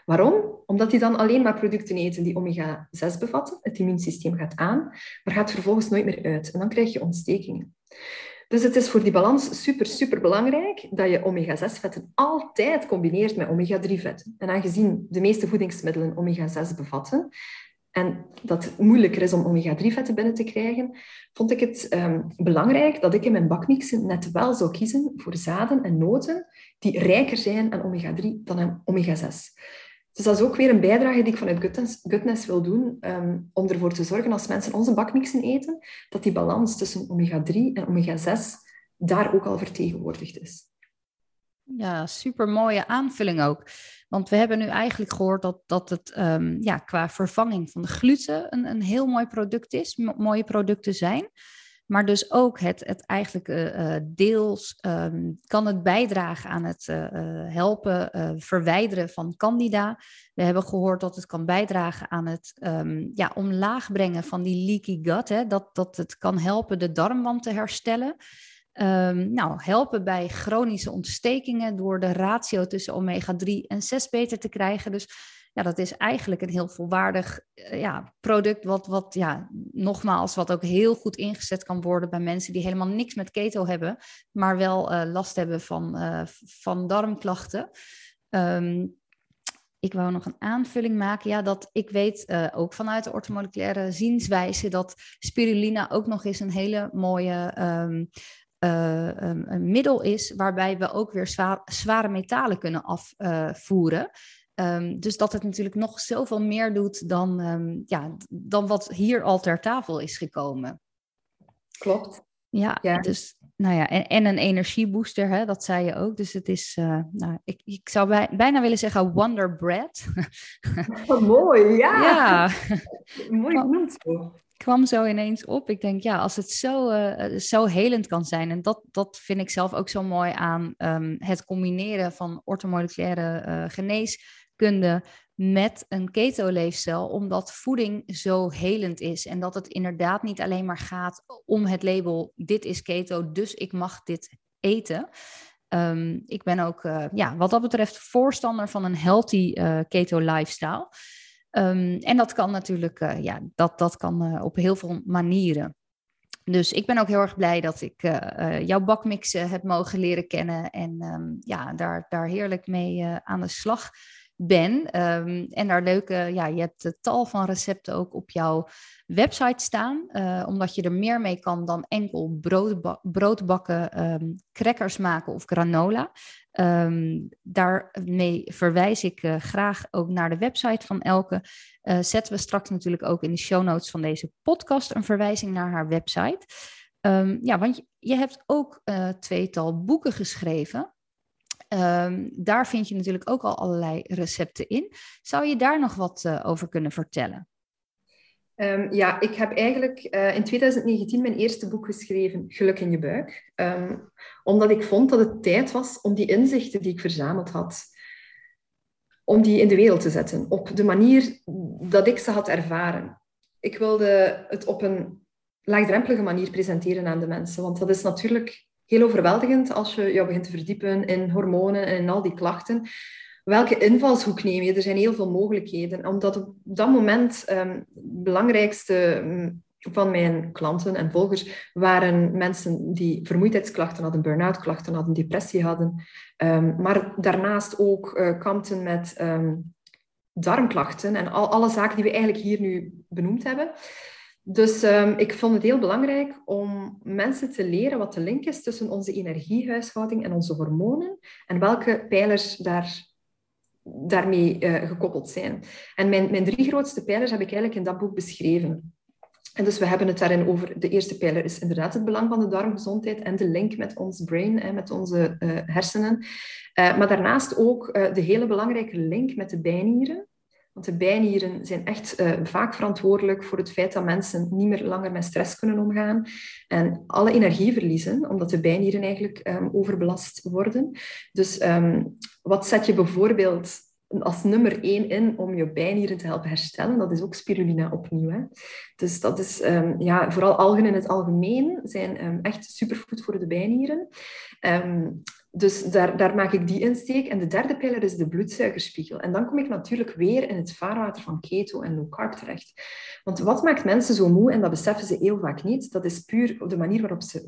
Waarom? Omdat die dan alleen maar producten eten die omega-6 bevatten. Het immuunsysteem gaat aan, maar gaat vervolgens nooit meer uit. En dan krijg je ontstekingen. Dus het is voor die balans super, super belangrijk dat je omega-6-vetten altijd combineert met omega-3-vetten. En aangezien de meeste voedingsmiddelen omega-6 bevatten, en dat het moeilijker is om omega-3-vetten binnen te krijgen, vond ik het belangrijk dat ik in mijn bakmixen net wel zou kiezen voor zaden en noten die rijker zijn aan omega-3 dan aan omega-6. Dus dat is ook weer een bijdrage die ik vanuit Goodness wil doen, om ervoor te zorgen als mensen onze bakmixen eten, dat die balans tussen omega-3 en omega-6 daar ook al vertegenwoordigd is. Ja, super mooie aanvulling ook. Want we hebben nu eigenlijk gehoord dat het qua vervanging van de gluten een heel mooi product is, mooie producten zijn. Maar dus ook het eigenlijk deels kan het bijdragen aan het helpen verwijderen van candida. We hebben gehoord dat het kan bijdragen aan het omlaag brengen van die leaky gut. Hè, dat het kan helpen de darmwand te herstellen. Helpen bij chronische ontstekingen door de ratio tussen omega-3 en 6 beter te krijgen. Dus ja, dat is eigenlijk een heel volwaardig product wat ook heel goed ingezet kan worden bij mensen die helemaal niks met keto hebben, maar wel last hebben van darmklachten. Ik wou nog een aanvulling maken. Ja, dat ik weet ook vanuit de orthomoleculaire zienswijze dat spirulina ook nog eens een hele mooie een middel is waarbij we ook weer zware metalen kunnen afvoeren. Dus dat het natuurlijk nog zoveel meer doet dan wat hier al ter tafel is gekomen. Klopt. Ja. Dus en een energiebooster, hè, dat zei je ook. Dus het is, ik zou bijna willen zeggen wonder bread. Oh, mooi, ja. Ja. Mooi genoemd zo. Kwam zo ineens op. Ik denk, als het zo helend kan zijn. En dat vind ik zelf ook zo mooi aan het combineren van orthomoleculaire geneeskunde met een keto-leefstijl, omdat voeding zo helend is. En dat het inderdaad niet alleen maar gaat om het label, dit is keto, dus ik mag dit eten. Ik ben ook, wat dat betreft voorstander van een healthy keto-lifestyle. En dat kan natuurlijk, dat kan op heel veel manieren. Dus ik ben ook heel erg blij dat ik jouw bakmixen heb mogen leren kennen en daar heerlijk mee aan de slag ben. En daar leuke, je hebt tal van recepten ook op jouw website staan, omdat je er meer mee kan dan enkel brood bakken, crackers maken of granola. Daarmee verwijs ik graag ook naar de website van Elke. Zetten we straks natuurlijk ook in de show notes van deze podcast een verwijzing naar haar website. Want je hebt ook 2-tal boeken geschreven. Daar vind je natuurlijk ook al allerlei recepten in. Zou je daar nog wat over kunnen vertellen? Ik heb eigenlijk in 2019 mijn eerste boek geschreven, Geluk in je buik. Omdat ik vond dat het tijd was om die inzichten die ik verzameld had, om die in de wereld te zetten. Op de manier dat ik ze had ervaren. Ik wilde het op een laagdrempelige manier presenteren aan de mensen. Want dat is natuurlijk heel overweldigend als je jou begint te verdiepen in hormonen en in al die klachten. Welke invalshoek neem je? Er zijn heel veel mogelijkheden. Omdat op dat moment het belangrijkste van mijn klanten en volgers waren mensen die vermoeidheidsklachten hadden, burn-out klachten hadden, depressie hadden. Maar daarnaast ook kampten met darmklachten en alle zaken die we eigenlijk hier nu benoemd hebben. Dus ik vond het heel belangrijk om mensen te leren wat de link is tussen onze energiehuishouding en onze hormonen en welke pijlers daarmee gekoppeld zijn. En mijn 3 grootste pijlers heb ik eigenlijk in dat boek beschreven. En dus we hebben het daarin over, de eerste pijler is inderdaad het belang van de darmgezondheid en de link met ons brain, met onze hersenen. Maar daarnaast ook de hele belangrijke link met de bijnieren. Want de bijnieren zijn echt vaak verantwoordelijk voor het feit dat mensen niet meer langer met stress kunnen omgaan en alle energie verliezen, omdat de bijnieren eigenlijk overbelast worden. Dus wat zet je bijvoorbeeld als nummer 1 in om je bijnieren te helpen herstellen? Dat is ook spirulina opnieuw. Hè? Dus dat is, vooral algen in het algemeen zijn echt supergoed voor de bijnieren. Dus daar maak ik die insteek. En de derde pijler is de bloedsuikerspiegel. En dan kom ik natuurlijk weer in het vaarwater van keto en low carb terecht. Want wat maakt mensen zo moe, en dat beseffen ze heel vaak niet, dat is puur de manier waarop ze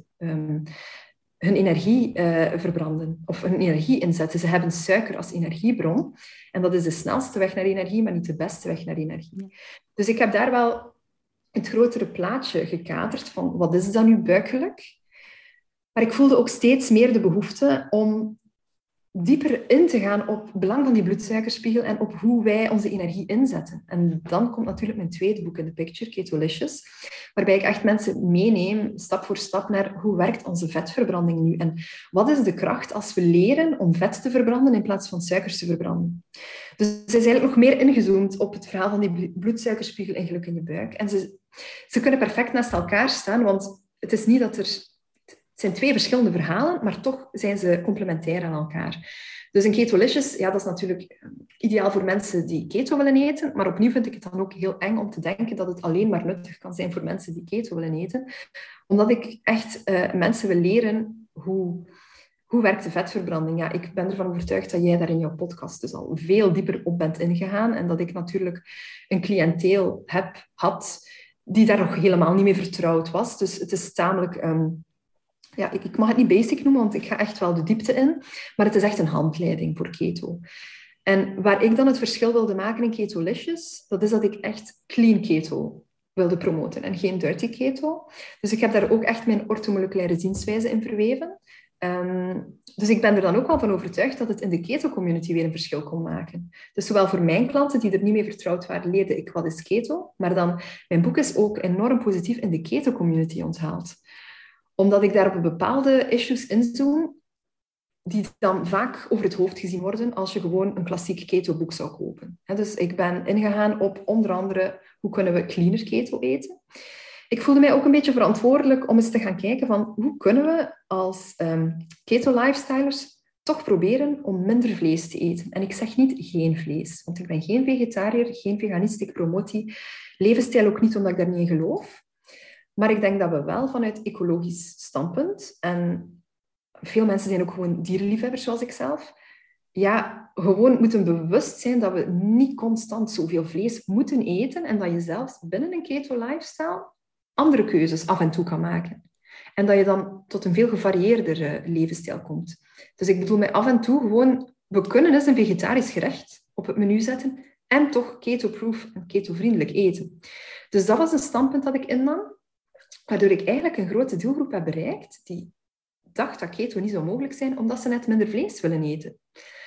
hun energie verbranden of hun energie inzetten. Ze hebben suiker als energiebron. En dat is de snelste weg naar energie, maar niet de beste weg naar energie. Ja. Dus ik heb daar wel het grotere plaatje gekaderd van wat is dan nu buikgeluk? Maar ik voelde ook steeds meer de behoefte om dieper in te gaan op het belang van die bloedsuikerspiegel en op hoe wij onze energie inzetten. En dan komt natuurlijk mijn tweede boek in de picture, Ketolicious, waarbij ik echt mensen meeneem, stap voor stap, naar hoe werkt onze vetverbranding nu en wat is de kracht als we leren om vet te verbranden in plaats van suikers te verbranden. Dus ze is eigenlijk nog meer ingezoomd op het verhaal van die bloedsuikerspiegel en geluk in je buik. En ze kunnen perfect naast elkaar staan, want het is niet dat het zijn twee verschillende verhalen, maar toch zijn ze complementair aan elkaar. Dus een Ketolicious, ja, dat is natuurlijk ideaal voor mensen die keto willen eten. Maar opnieuw vind ik het dan ook heel eng om te denken dat het alleen maar nuttig kan zijn voor mensen die keto willen eten. Omdat ik echt mensen wil leren hoe werkt de vetverbranding. Ja, ik ben ervan overtuigd dat jij daar in jouw podcast dus al veel dieper op bent ingegaan. En dat ik natuurlijk een cliënteel had die daar nog helemaal niet mee vertrouwd was. Dus het is tamelijk... Ja, ik mag het niet basic noemen, want ik ga echt wel de diepte in. Maar het is echt een handleiding voor keto. En waar ik dan het verschil wilde maken in Ketolicious, dat is dat ik echt clean keto wilde promoten en geen dirty keto. Dus ik heb daar ook echt mijn orthomoleculaire zienswijze in verweven. Dus ik ben er dan ook wel van overtuigd dat het in de keto-community weer een verschil kon maken. Dus zowel voor mijn klanten die er niet mee vertrouwd waren, leerde ik wat is keto. Maar dan, mijn boek is ook enorm positief in de keto-community onthaald. Omdat ik daar op bepaalde issues inzoom, die dan vaak over het hoofd gezien worden als je gewoon een klassiek keto-boek zou kopen. Dus ik ben ingegaan op onder andere hoe kunnen we cleaner keto eten. Ik voelde mij ook een beetje verantwoordelijk om eens te gaan kijken van hoe kunnen we als keto-lifestylers toch proberen om minder vlees te eten. En ik zeg niet geen vlees, want ik ben geen vegetariër, geen veganist, ik promoot die levensstijl ook niet omdat ik daar niet in geloof. Maar ik denk dat we wel vanuit ecologisch standpunt, en veel mensen zijn ook gewoon dierenliefhebbers zoals ik zelf, ja, gewoon moeten bewust zijn dat we niet constant zoveel vlees moeten eten en dat je zelfs binnen een keto-lifestyle andere keuzes af en toe kan maken. En dat je dan tot een veel gevarieerder levensstijl komt. Dus ik bedoel met af en toe gewoon, we kunnen eens een vegetarisch gerecht op het menu zetten en toch keto-proof en keto-vriendelijk eten. Dus dat was een standpunt dat ik innam. Waardoor ik eigenlijk een grote doelgroep heb bereikt die dacht dat keto niet zou mogelijk zijn, omdat ze net minder vlees willen eten.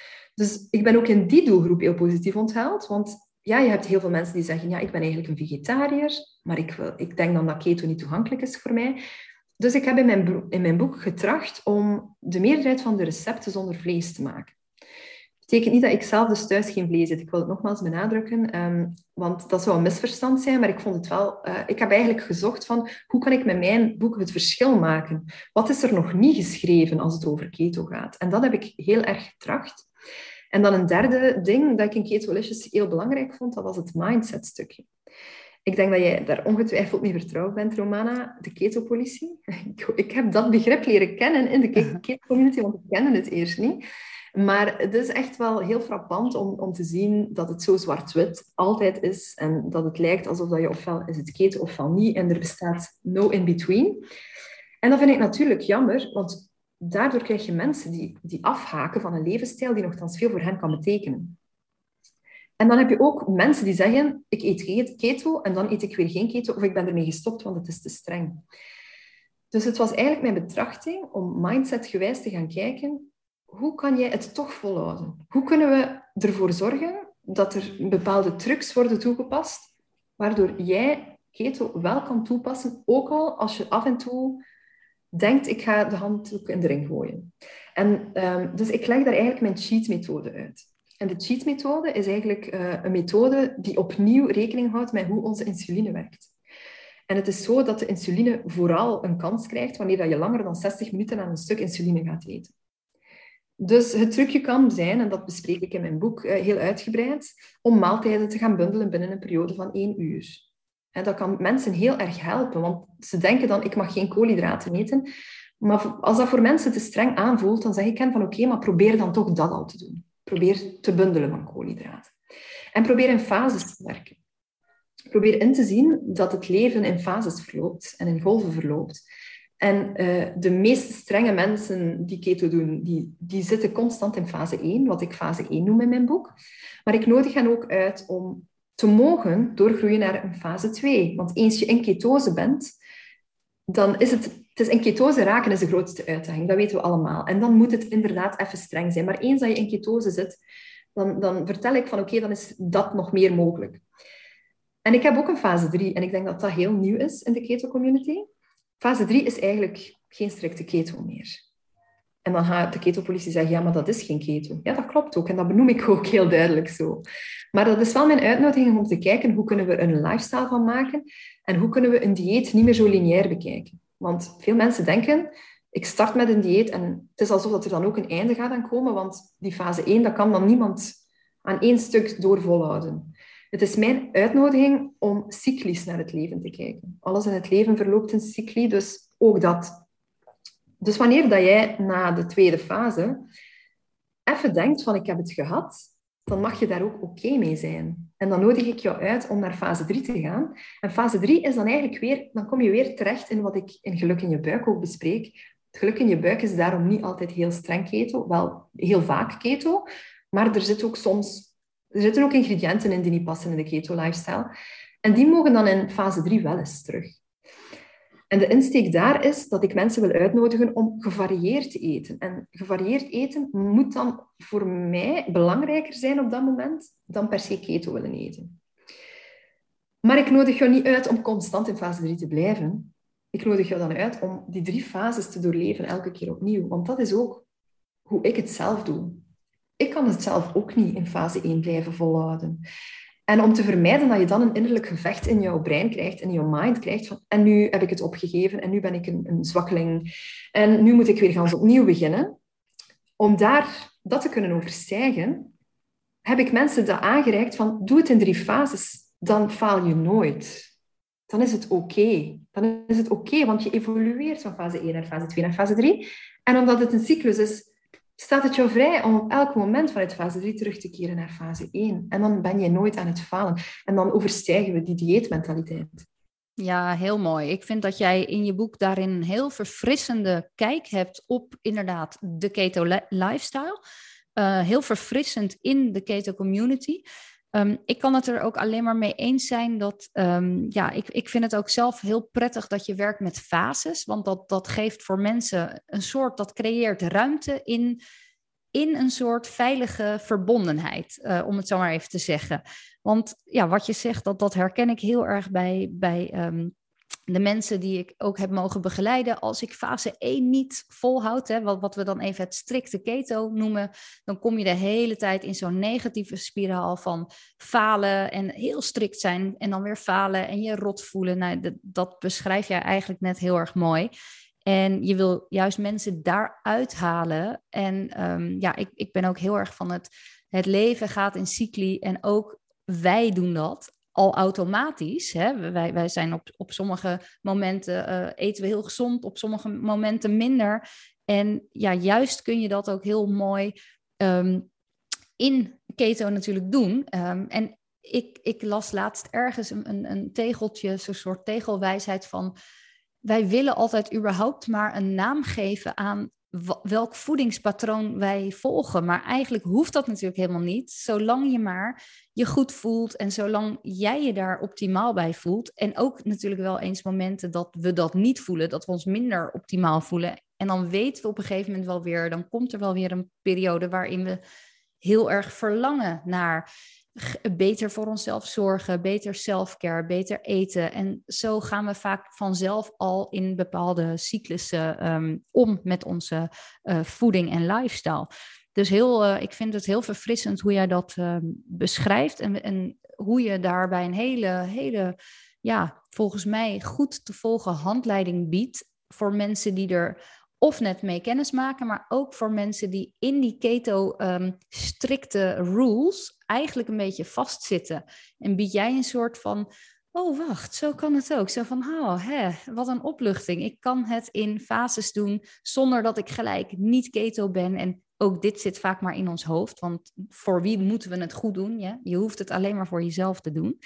Dus ik ben ook in die doelgroep heel positief onthaald, want ja, je hebt heel veel mensen die zeggen, ja, ik ben eigenlijk een vegetariër, maar ik denk dan dat keto niet toegankelijk is voor mij. Dus ik heb in mijn boek getracht om de meerderheid van de recepten zonder vlees te maken. Dat betekent niet dat ik zelf dus thuis geen vlees eet. Ik wil het nogmaals benadrukken, want dat zou een misverstand zijn, maar ik vond het wel... ik heb eigenlijk gezocht van, hoe kan ik met mijn boek het verschil maken? Wat is er nog niet geschreven als het over keto gaat? En dat heb ik heel erg getracht. En dan een derde ding dat ik in Ketolicious heel belangrijk vond, dat was het mindset-stukje. Ik denk dat jij daar ongetwijfeld mee vertrouwd bent, Romana, de ketopolitie. Ik heb dat begrip leren kennen in de keto-community, want ik kende het eerst niet. Maar het is echt wel heel frappant om te zien dat het zo zwart-wit altijd is en dat het lijkt alsof dat je ofwel is het keto ofwel niet en er bestaat no in-between. En dat vind ik natuurlijk jammer, want daardoor krijg je mensen die afhaken van een levensstijl die nogthans veel voor hen kan betekenen. En dan heb je ook mensen die zeggen, ik eet keto en dan eet ik weer geen keto of ik ben ermee gestopt, want het is te streng. Dus het was eigenlijk mijn betrachting om mindsetgewijs te gaan kijken, hoe kan jij het toch volhouden? Hoe kunnen we ervoor zorgen dat er bepaalde trucs worden toegepast, waardoor jij keto wel kan toepassen, ook al als je af en toe denkt, ik ga de handdoek in de ring gooien. En dus ik leg daar eigenlijk mijn cheat-methode uit. En de cheat-methode is eigenlijk een methode die opnieuw rekening houdt met hoe onze insuline werkt. En het is zo dat de insuline vooral een kans krijgt wanneer je langer dan 60 minuten aan een stuk insuline gaat eten. Dus het trucje kan zijn, en dat bespreek ik in mijn boek heel uitgebreid, om maaltijden te gaan bundelen binnen een periode van 1 uur. En dat kan mensen heel erg helpen, want ze denken dan, ik mag geen koolhydraten eten. Maar als dat voor mensen te streng aanvoelt, dan zeg ik hen van oké, maar probeer dan toch dat al te doen. Probeer te bundelen van koolhydraten. En probeer in fases te werken. Probeer in te zien dat het leven in fases verloopt en in golven verloopt. En de meest strenge mensen die keto doen, die zitten constant in fase 1, wat ik fase 1 noem in mijn boek. Maar ik nodig hen ook uit om te mogen doorgroeien naar een fase 2. Want eens je in ketose bent, dan is het in ketose raken is de grootste uitdaging, dat weten we allemaal. En dan moet het inderdaad even streng zijn. Maar eens dat je in ketose zit, dan vertel ik van oké, dan is dat nog meer mogelijk. En ik heb ook een fase 3 en ik denk dat dat heel nieuw is in de keto-community. Fase 3 is eigenlijk geen strikte keto meer. En dan gaat de ketopolitie zeggen, ja, maar dat is geen keto. Ja, dat klopt ook en dat benoem ik ook heel duidelijk zo. Maar dat is wel mijn uitnodiging om te kijken hoe kunnen we er een lifestyle van maken en hoe kunnen we een dieet niet meer zo lineair bekijken. Want veel mensen denken, ik start met een dieet en het is alsof er dan ook een einde gaat aan komen, want die fase 1, dat kan dan niemand aan één stuk door volhouden. Het is mijn uitnodiging om cyclisch naar het leven te kijken. Alles in het leven verloopt in cycli, dus ook dat. Dus wanneer dat jij na de tweede fase even denkt van ik heb het gehad, dan mag je daar ook oké mee zijn. En dan nodig ik jou uit om naar fase 3 te gaan. En fase 3 is dan eigenlijk weer, dan kom je weer terecht in wat ik in Geluk in je buik ook bespreek. Het geluk in je buik is daarom niet altijd heel streng keto, wel heel vaak keto, maar er zitten ook ingrediënten in die niet passen in de keto-lifestyle. En die mogen dan in fase 3 wel eens terug. En de insteek daar is dat ik mensen wil uitnodigen om gevarieerd te eten. En gevarieerd eten moet dan voor mij belangrijker zijn op dat moment dan per se keto willen eten. Maar ik nodig jou niet uit om constant in fase 3 te blijven. Ik nodig jou dan uit om die 3 fases te doorleven elke keer opnieuw. Want dat is ook hoe ik het zelf doe. Ik kan het zelf ook niet in fase 1 blijven volhouden. En om te vermijden dat je dan een innerlijk gevecht in jouw brein krijgt, in jouw mind krijgt, van en nu heb ik het opgegeven en nu ben ik een zwakkeling en nu moet ik weer gaan opnieuw beginnen. Om dat te kunnen overstijgen, heb ik mensen dat aangereikt van doe het in 3 fases, dan faal je nooit. Dan is het oké. Dan is het oké, want je evolueert van fase 1 naar fase 2 naar fase 3. En omdat het een cyclus is, staat het jou vrij om op elk moment vanuit fase 3 terug te keren naar fase 1. En dan ben je nooit aan het falen. En dan overstijgen we die dieetmentaliteit. Ja, heel mooi. Ik vind dat jij in je boek daarin een heel verfrissende kijk hebt op inderdaad de keto lifestyle. Heel verfrissend in de keto community. Ik kan het er ook alleen maar mee eens zijn dat, ik vind het ook zelf heel prettig dat je werkt met fases, want dat geeft voor mensen een soort, dat creëert ruimte in een soort veilige verbondenheid, om het zo maar even te zeggen. Want ja, wat je zegt, dat herken ik heel erg bij de mensen die ik ook heb mogen begeleiden. Als ik fase 1 niet volhoud, wat we dan even het strikte keto noemen, dan kom je de hele tijd in zo'n negatieve spiraal van falen en heel strikt zijn en dan weer falen en je rot voelen. Nou, dat beschrijf jij eigenlijk net heel erg mooi. En je wil juist mensen daaruit halen. En ik ben ook heel erg van het leven gaat in cycli en ook wij doen dat al automatisch. Hè? Wij zijn op sommige momenten eten we heel gezond, op sommige momenten minder. En ja, juist kun je dat ook heel mooi in keto natuurlijk doen. En ik las laatst ergens een tegeltje, zo'n soort tegelwijsheid van wij willen altijd überhaupt maar een naam geven aan welk voedingspatroon wij volgen. Maar eigenlijk hoeft dat natuurlijk helemaal niet, zolang je maar je goed voelt en zolang jij je daar optimaal bij voelt. En ook natuurlijk wel eens momenten dat we dat niet voelen, dat we ons minder optimaal voelen. En dan weten we op een gegeven moment wel weer, dan komt er wel weer een periode waarin we heel erg verlangen naar beter voor onszelf zorgen, beter self-care, beter eten. En zo gaan we vaak vanzelf al in bepaalde cyclussen om met onze voeding en lifestyle. Dus ik vind het heel verfrissend hoe jij dat beschrijft en hoe je daarbij een hele, volgens mij goed te volgen handleiding biedt voor mensen die er of net mee kennis maken, maar ook voor mensen die in die keto strikte rules eigenlijk een beetje vastzitten. En bied jij een soort van oh wacht, zo kan het ook. Zo van, wat een opluchting. Ik kan het in fases doen zonder dat ik gelijk niet keto ben. En ook dit zit vaak maar in ons hoofd. Want voor wie moeten we het goed doen? Ja? Je hoeft het alleen maar voor jezelf te doen.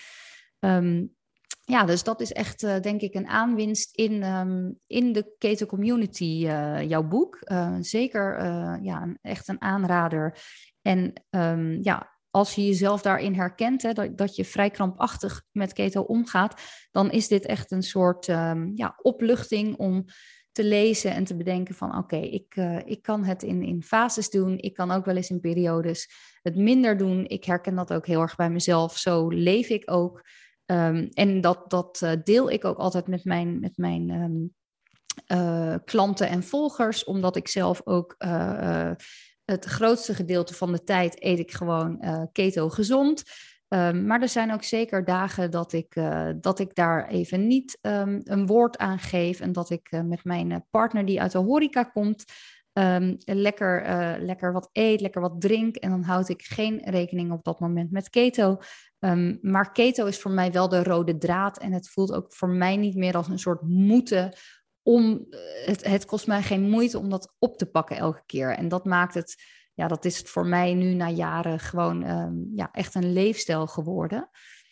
Dus dat is echt, denk ik, een aanwinst in de keto community, jouw boek. Zeker echt een aanrader. En als je jezelf daarin herkent, hè, dat je vrij krampachtig met keto omgaat, dan is dit echt een soort opluchting om te lezen en te bedenken van oké, ik kan het in fases doen. Ik kan ook wel eens in periodes het minder doen. Ik herken dat ook heel erg bij mezelf. Zo leef ik ook. En dat deel ik ook altijd met mijn klanten en volgers, omdat ik zelf ook het grootste gedeelte van de tijd eet ik gewoon keto gezond. Maar er zijn ook zeker dagen dat ik daar even niet een woord aan geef en dat ik met mijn partner die uit de horeca komt lekker wat eet, lekker wat drink en dan houd ik geen rekening op dat moment met keto. Maar keto is voor mij wel de rode draad en het voelt ook voor mij niet meer als een soort moeten het kost mij geen moeite om dat op te pakken elke keer. En dat maakt het, dat is het voor mij nu na jaren gewoon echt een leefstijl geworden.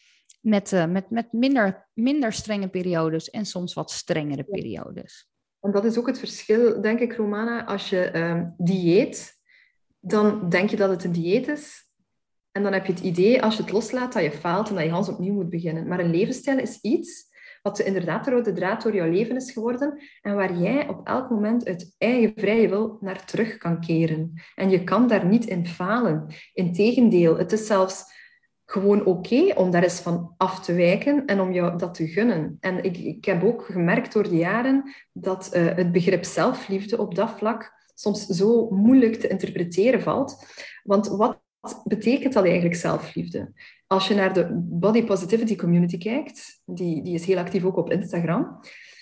Met minder strenge periodes en soms wat strengere periodes. En dat is ook het verschil, denk ik, Romana. Als je dieet, dan denk je dat het een dieet is. En dan heb je het idee, als je het loslaat, dat je faalt en dat je gans opnieuw moet beginnen. Maar een levensstijl is iets wat inderdaad de rode draad door jouw leven is geworden en waar jij op elk moment uit eigen vrije wil naar terug kan keren. En je kan daar niet in falen. Integendeel, het is zelfs gewoon oké om daar eens van af te wijken en om jou dat te gunnen. En ik heb ook gemerkt door de jaren dat het begrip zelfliefde op dat vlak soms zo moeilijk te interpreteren valt. Want wat betekent dat eigenlijk, zelfliefde? Als je naar de Body Positivity Community kijkt, die is heel actief ook op Instagram,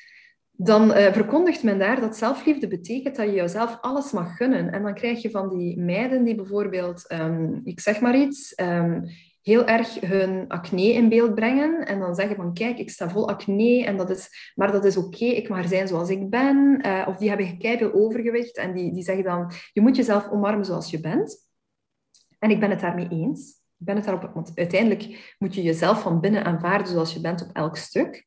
dan verkondigt men daar dat zelfliefde betekent dat je jezelf alles mag gunnen. En dan krijg je van die meiden die bijvoorbeeld, ik zeg maar iets, heel erg hun acne in beeld brengen en dan zeggen van kijk, ik sta vol acne, maar dat is oké, ik mag er zijn zoals ik ben. Of die hebben keiveel overgewicht en die zeggen dan, je moet jezelf omarmen zoals je bent. En ik ben het daarmee eens. Ik ben het daarop, want uiteindelijk moet je jezelf van binnen aanvaarden zoals je bent op elk stuk.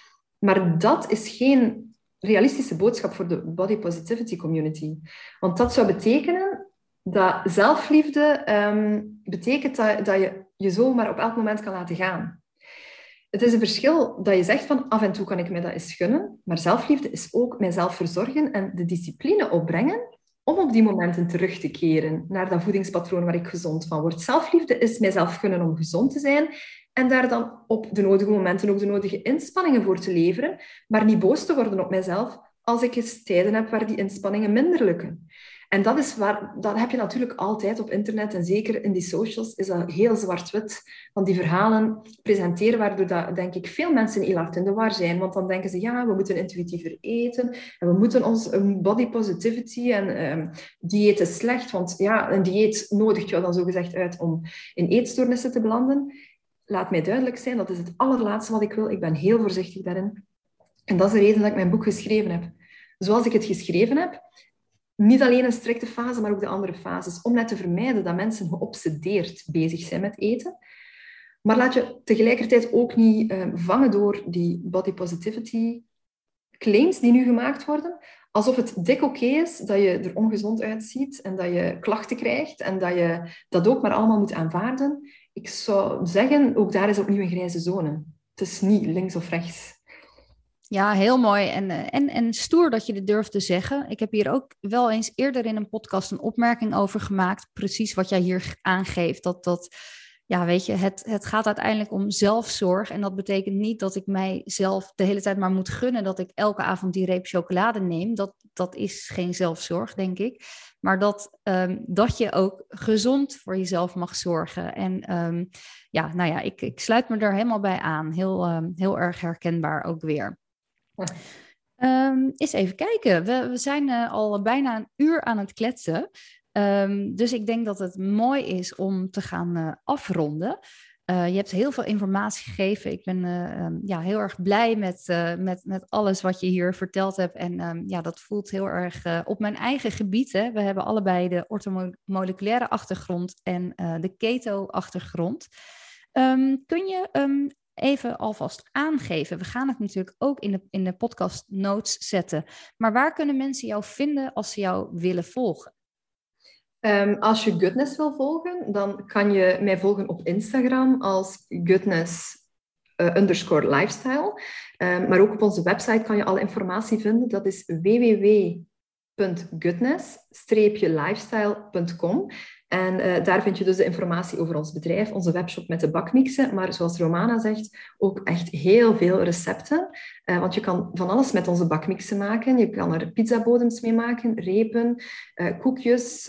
Maar dat is geen realistische boodschap voor de Body Positivity Community. Want dat zou betekenen dat zelfliefde betekent dat je je zomaar op elk moment kan laten gaan. Het is een verschil dat je zegt van af en toe kan ik mij dat eens gunnen, maar zelfliefde is ook mijzelf verzorgen en de discipline opbrengen om op die momenten terug te keren naar dat voedingspatroon waar ik gezond van word. Zelfliefde is mijzelf gunnen om gezond te zijn en daar dan op de nodige momenten ook de nodige inspanningen voor te leveren, maar niet boos te worden op mijzelf als ik eens tijden heb waar die inspanningen minder lukken. En dat heb je natuurlijk altijd op internet en zeker in die socials is dat heel zwart-wit van die verhalen presenteren, waardoor dat, denk ik, veel mensen heel hard in de war zijn. Want dan denken ze, ja, we moeten intuïtiever eten en we moeten ons body positivity en dieet is slecht, want ja, een dieet nodigt jou dan zogezegd uit om in eetstoornissen te belanden. Laat mij duidelijk zijn, dat is het allerlaatste wat ik wil. Ik ben heel voorzichtig daarin. En dat is de reden dat ik mijn boek geschreven heb. Zoals ik het geschreven heb, niet alleen een strikte fase, maar ook de andere fases. Om net te vermijden dat mensen geobsedeerd bezig zijn met eten. Maar laat je tegelijkertijd ook niet vangen door die body positivity claims die nu gemaakt worden. Alsof het dik oké is dat je er ongezond uitziet en dat je klachten krijgt en dat je dat ook maar allemaal moet aanvaarden. Ik zou zeggen, ook daar is opnieuw een grijze zone. Het is niet links of rechts. Ja, heel mooi en stoer dat je dit durft te zeggen. Ik heb hier ook wel eens eerder in een podcast een opmerking over gemaakt. Precies wat jij hier aangeeft. Ja, weet je, het gaat uiteindelijk om zelfzorg. En dat betekent niet dat ik mijzelf de hele tijd maar moet gunnen dat ik elke avond die reep chocolade neem. Dat is geen zelfzorg, denk ik. Maar dat je ook gezond voor jezelf mag zorgen. En ik sluit me er helemaal bij aan. Heel erg herkenbaar ook weer. Eens even kijken. We zijn al bijna een uur aan het kletsen. Dus ik denk dat het mooi is om te gaan afronden. Je hebt heel veel informatie gegeven. Ik ben heel erg blij met alles wat je hier verteld hebt. En dat voelt heel erg op mijn eigen gebied. Hè. We hebben allebei de orthomoleculaire achtergrond en de keto-achtergrond. Kun je even alvast aangeven? We gaan het natuurlijk ook in de podcast notes zetten. Maar waar kunnen mensen jou vinden als ze jou willen volgen? Als je Goodness wil volgen, dan kan je mij volgen op Instagram als Goodness_lifestyle. Maar ook op onze website kan je alle informatie vinden. Dat is www.goodness-lifestyle.com. En daar vind je dus de informatie over ons bedrijf, onze webshop met de bakmixen. Maar zoals Romana zegt, ook echt heel veel recepten. Want je kan van alles met onze bakmixen maken. Je kan er pizzabodems mee maken, repen, koekjes.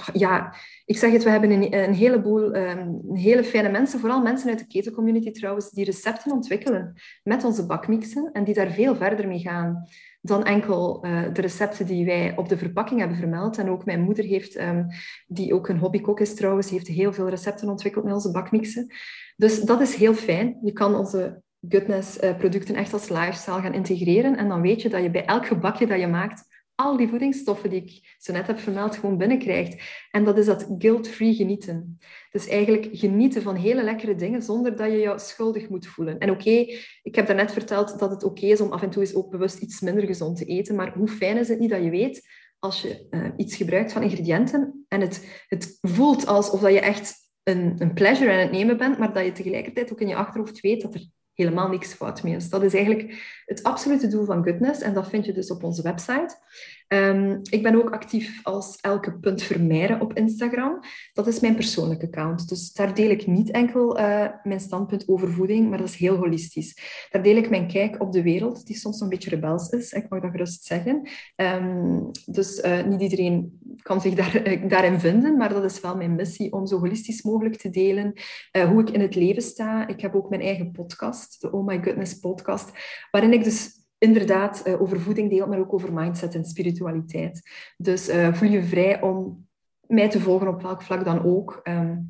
Ik zeg het, we hebben een heleboel hele fijne mensen, vooral mensen uit de keto-community trouwens, die recepten ontwikkelen met onze bakmixen en die daar veel verder mee gaan dan enkel de recepten die wij op de verpakking hebben vermeld. En ook mijn moeder heeft, die ook een hobbykok is trouwens, heeft heel veel recepten ontwikkeld met onze bakmixen. Dus dat is heel fijn. Je kan onze Goodness-producten echt als lifestyle gaan integreren. En dan weet je dat je bij elk gebakje dat je maakt al die voedingsstoffen die ik zo net heb vermeld gewoon binnenkrijgt. En dat is dat guilt-free genieten. Dus eigenlijk genieten van hele lekkere dingen zonder dat je je schuldig moet voelen. En oké, ik heb daarnet verteld dat het oké is om af en toe eens ook bewust iets minder gezond te eten. Maar hoe fijn is het niet dat je weet, als je iets gebruikt van ingrediënten en het voelt alsof dat je echt een pleasure aan het nemen bent, maar dat je tegelijkertijd ook in je achterhoofd weet dat er helemaal niks fout mee is. Dat is eigenlijk het absolute doel van Goodness en dat vind je dus op onze website. Ik ben ook actief als Elke.Vermeijren op Instagram. Dat is mijn persoonlijke account. Dus daar deel ik niet enkel mijn standpunt over voeding, maar dat is heel holistisch. Daar deel ik mijn kijk op de wereld, die soms een beetje rebels is. Ik mag dat gerust zeggen. Dus niet iedereen kan zich daarin vinden, maar dat is wel mijn missie om zo holistisch mogelijk te delen hoe ik in het leven sta. Ik heb ook mijn eigen podcast, de Oh My Goodness podcast, waarin ik dus inderdaad over voeding deel, maar ook over mindset en spiritualiteit. Dus voel je vrij om mij te volgen op welk vlak dan ook.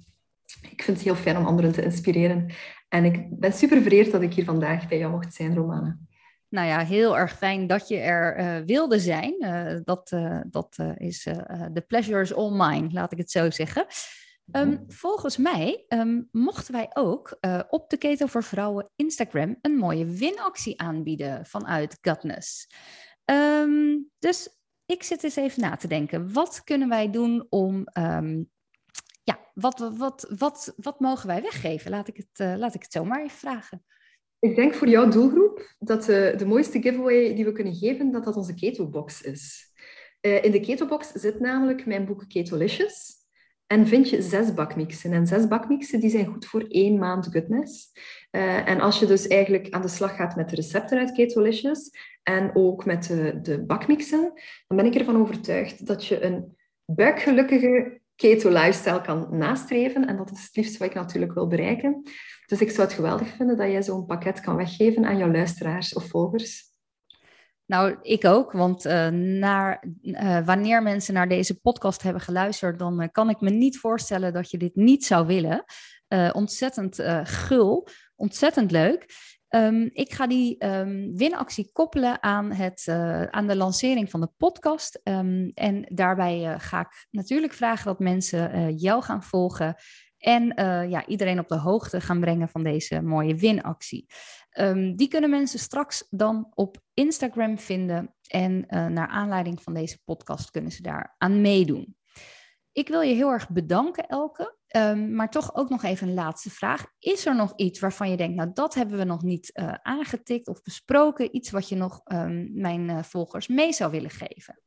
Ik vind het heel fijn om anderen te inspireren. En ik ben super vereerd dat ik hier vandaag bij jou mocht zijn, Romana. Nou ja, heel erg fijn dat je er wilde zijn. The pleasure is all mine, laat ik het zo zeggen. Volgens mij mochten wij ook op de Keto voor Vrouwen Instagram een mooie winactie aanbieden vanuit Goodness. Dus ik zit eens even na te denken. Wat kunnen wij doen om... wat mogen wij weggeven? Laat ik het zo maar even vragen. Ik denk voor jouw doelgroep dat de mooiste giveaway die we kunnen geven, dat onze Keto-box is. In de Keto-box zit namelijk mijn boek Ketolicious. En vind je 6 bakmixen. En 6 bakmixen die zijn goed voor 1 maand Goodness. En als je dus eigenlijk aan de slag gaat met de recepten uit Ketolicious en ook met de bakmixen, dan ben ik ervan overtuigd dat je een buikgelukkige keto-lifestyle kan nastreven. En dat is het liefst wat ik natuurlijk wil bereiken. Dus ik zou het geweldig vinden dat jij zo'n pakket kan weggeven aan jouw luisteraars of volgers. Nou, ik ook, want wanneer mensen naar deze podcast hebben geluisterd, dan kan ik me niet voorstellen dat je dit niet zou willen. Ontzettend gul, ontzettend leuk. Ik ga die winactie koppelen aan de lancering van de podcast. En daarbij ga ik natuurlijk vragen dat mensen jou gaan volgen en iedereen op de hoogte gaan brengen van deze mooie winactie. Die kunnen mensen straks dan op Instagram vinden en naar aanleiding van deze podcast kunnen ze daar aan meedoen. Ik wil je heel erg bedanken, Elke, maar toch ook nog even een laatste vraag. Is er nog iets waarvan je denkt, nou dat hebben we nog niet aangetikt of besproken, iets wat je nog mijn volgers mee zou willen geven?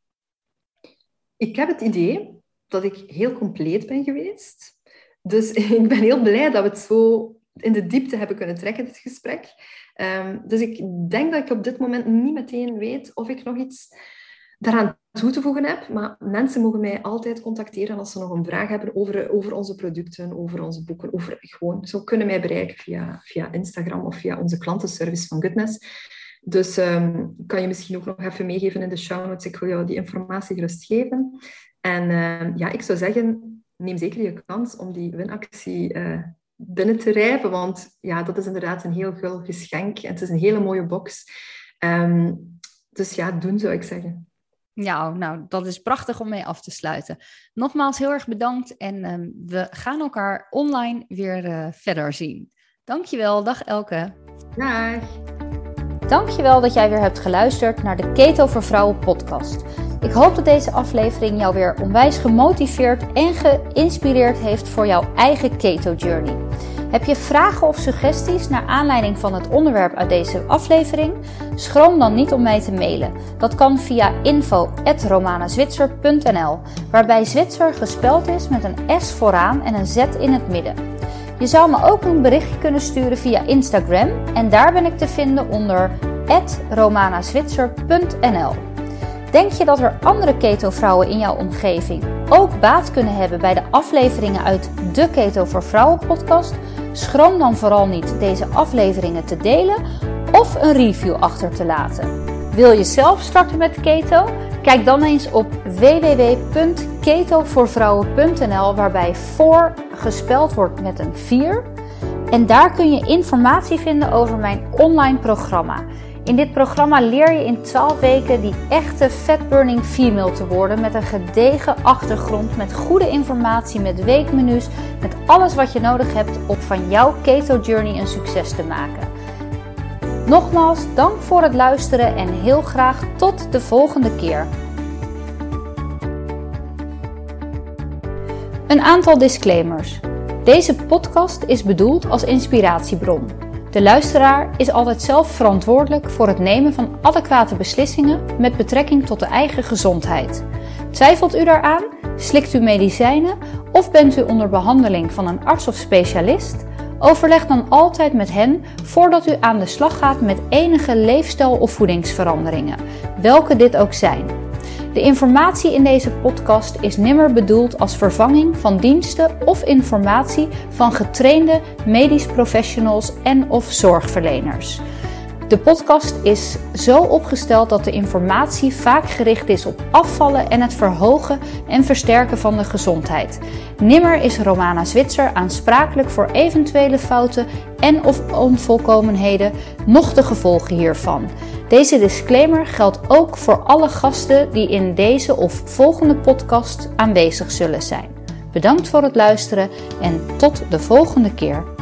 Ik heb het idee dat ik heel compleet ben geweest. Dus ik ben heel blij dat we het zo in de diepte hebben kunnen trekken, dit gesprek. Dus ik denk dat ik op dit moment niet meteen weet of ik nog iets daaraan toe te voegen heb. Maar mensen mogen mij altijd contacteren als ze nog een vraag hebben over onze producten, over onze boeken. Zo kunnen mij bereiken via Instagram of via onze klantenservice van Goodness. Dus kan je misschien ook nog even meegeven in de show notes. Ik wil jou die informatie gerust geven. En ik zou zeggen, neem zeker je kans om die winactie binnen te rijpen. Want ja, dat is inderdaad een heel gul geschenk. En het is een hele mooie box. Dus ja, doen zou ik zeggen. Ja, nou, dat is prachtig om mee af te sluiten. Nogmaals heel erg bedankt en we gaan elkaar online weer verder zien. Dankjewel, dag Elke. Dag. Dankjewel dat jij weer hebt geluisterd naar de Keto voor Vrouwen podcast. Ik hoop dat deze aflevering jou weer onwijs gemotiveerd en geïnspireerd heeft voor jouw eigen keto journey. Heb je vragen of suggesties naar aanleiding van het onderwerp uit deze aflevering? Schroom dan niet om mij te mailen. Dat kan via info@romanazwitser.nl, waarbij Zwitser gespeld is met een S vooraan en een Z in het midden. Je zou me ook een berichtje kunnen sturen via Instagram en daar ben ik te vinden onder @romanazwitser.nl. Denk je dat er andere ketovrouwen in jouw omgeving ook baat kunnen hebben bij de afleveringen uit de Keto voor Vrouwen podcast? Schroom dan vooral niet deze afleveringen te delen of een review achter te laten. Wil je zelf starten met keto? Kijk dan eens op www.ketovoorvrouwen.nl, waarbij voor gespeld wordt met een 4. En daar kun je informatie vinden over mijn online programma. In dit programma leer je in 12 weken die echte fat-burning female te worden met een gedegen achtergrond, met goede informatie, met weekmenu's, met alles wat je nodig hebt om van jouw keto journey een succes te maken. Nogmaals, dank voor het luisteren en heel graag tot de volgende keer. Een aantal disclaimers. Deze podcast is bedoeld als inspiratiebron. De luisteraar is altijd zelf verantwoordelijk voor het nemen van adequate beslissingen met betrekking tot de eigen gezondheid. Twijfelt u daaraan? Slikt u medicijnen of bent u onder behandeling van een arts of specialist? Overleg dan altijd met hen voordat u aan de slag gaat met enige leefstijl- of voedingsveranderingen, welke dit ook zijn. De informatie in deze podcast is nimmer bedoeld als vervanging van diensten of informatie van getrainde medisch professionals en of zorgverleners. De podcast is zo opgesteld dat de informatie vaak gericht is op afvallen en het verhogen en versterken van de gezondheid. Nimmer is Romana Zwitser aansprakelijk voor eventuele fouten en of onvolkomenheden, noch de gevolgen hiervan. Deze disclaimer geldt ook voor alle gasten die in deze of volgende podcast aanwezig zullen zijn. Bedankt voor het luisteren en tot de volgende keer.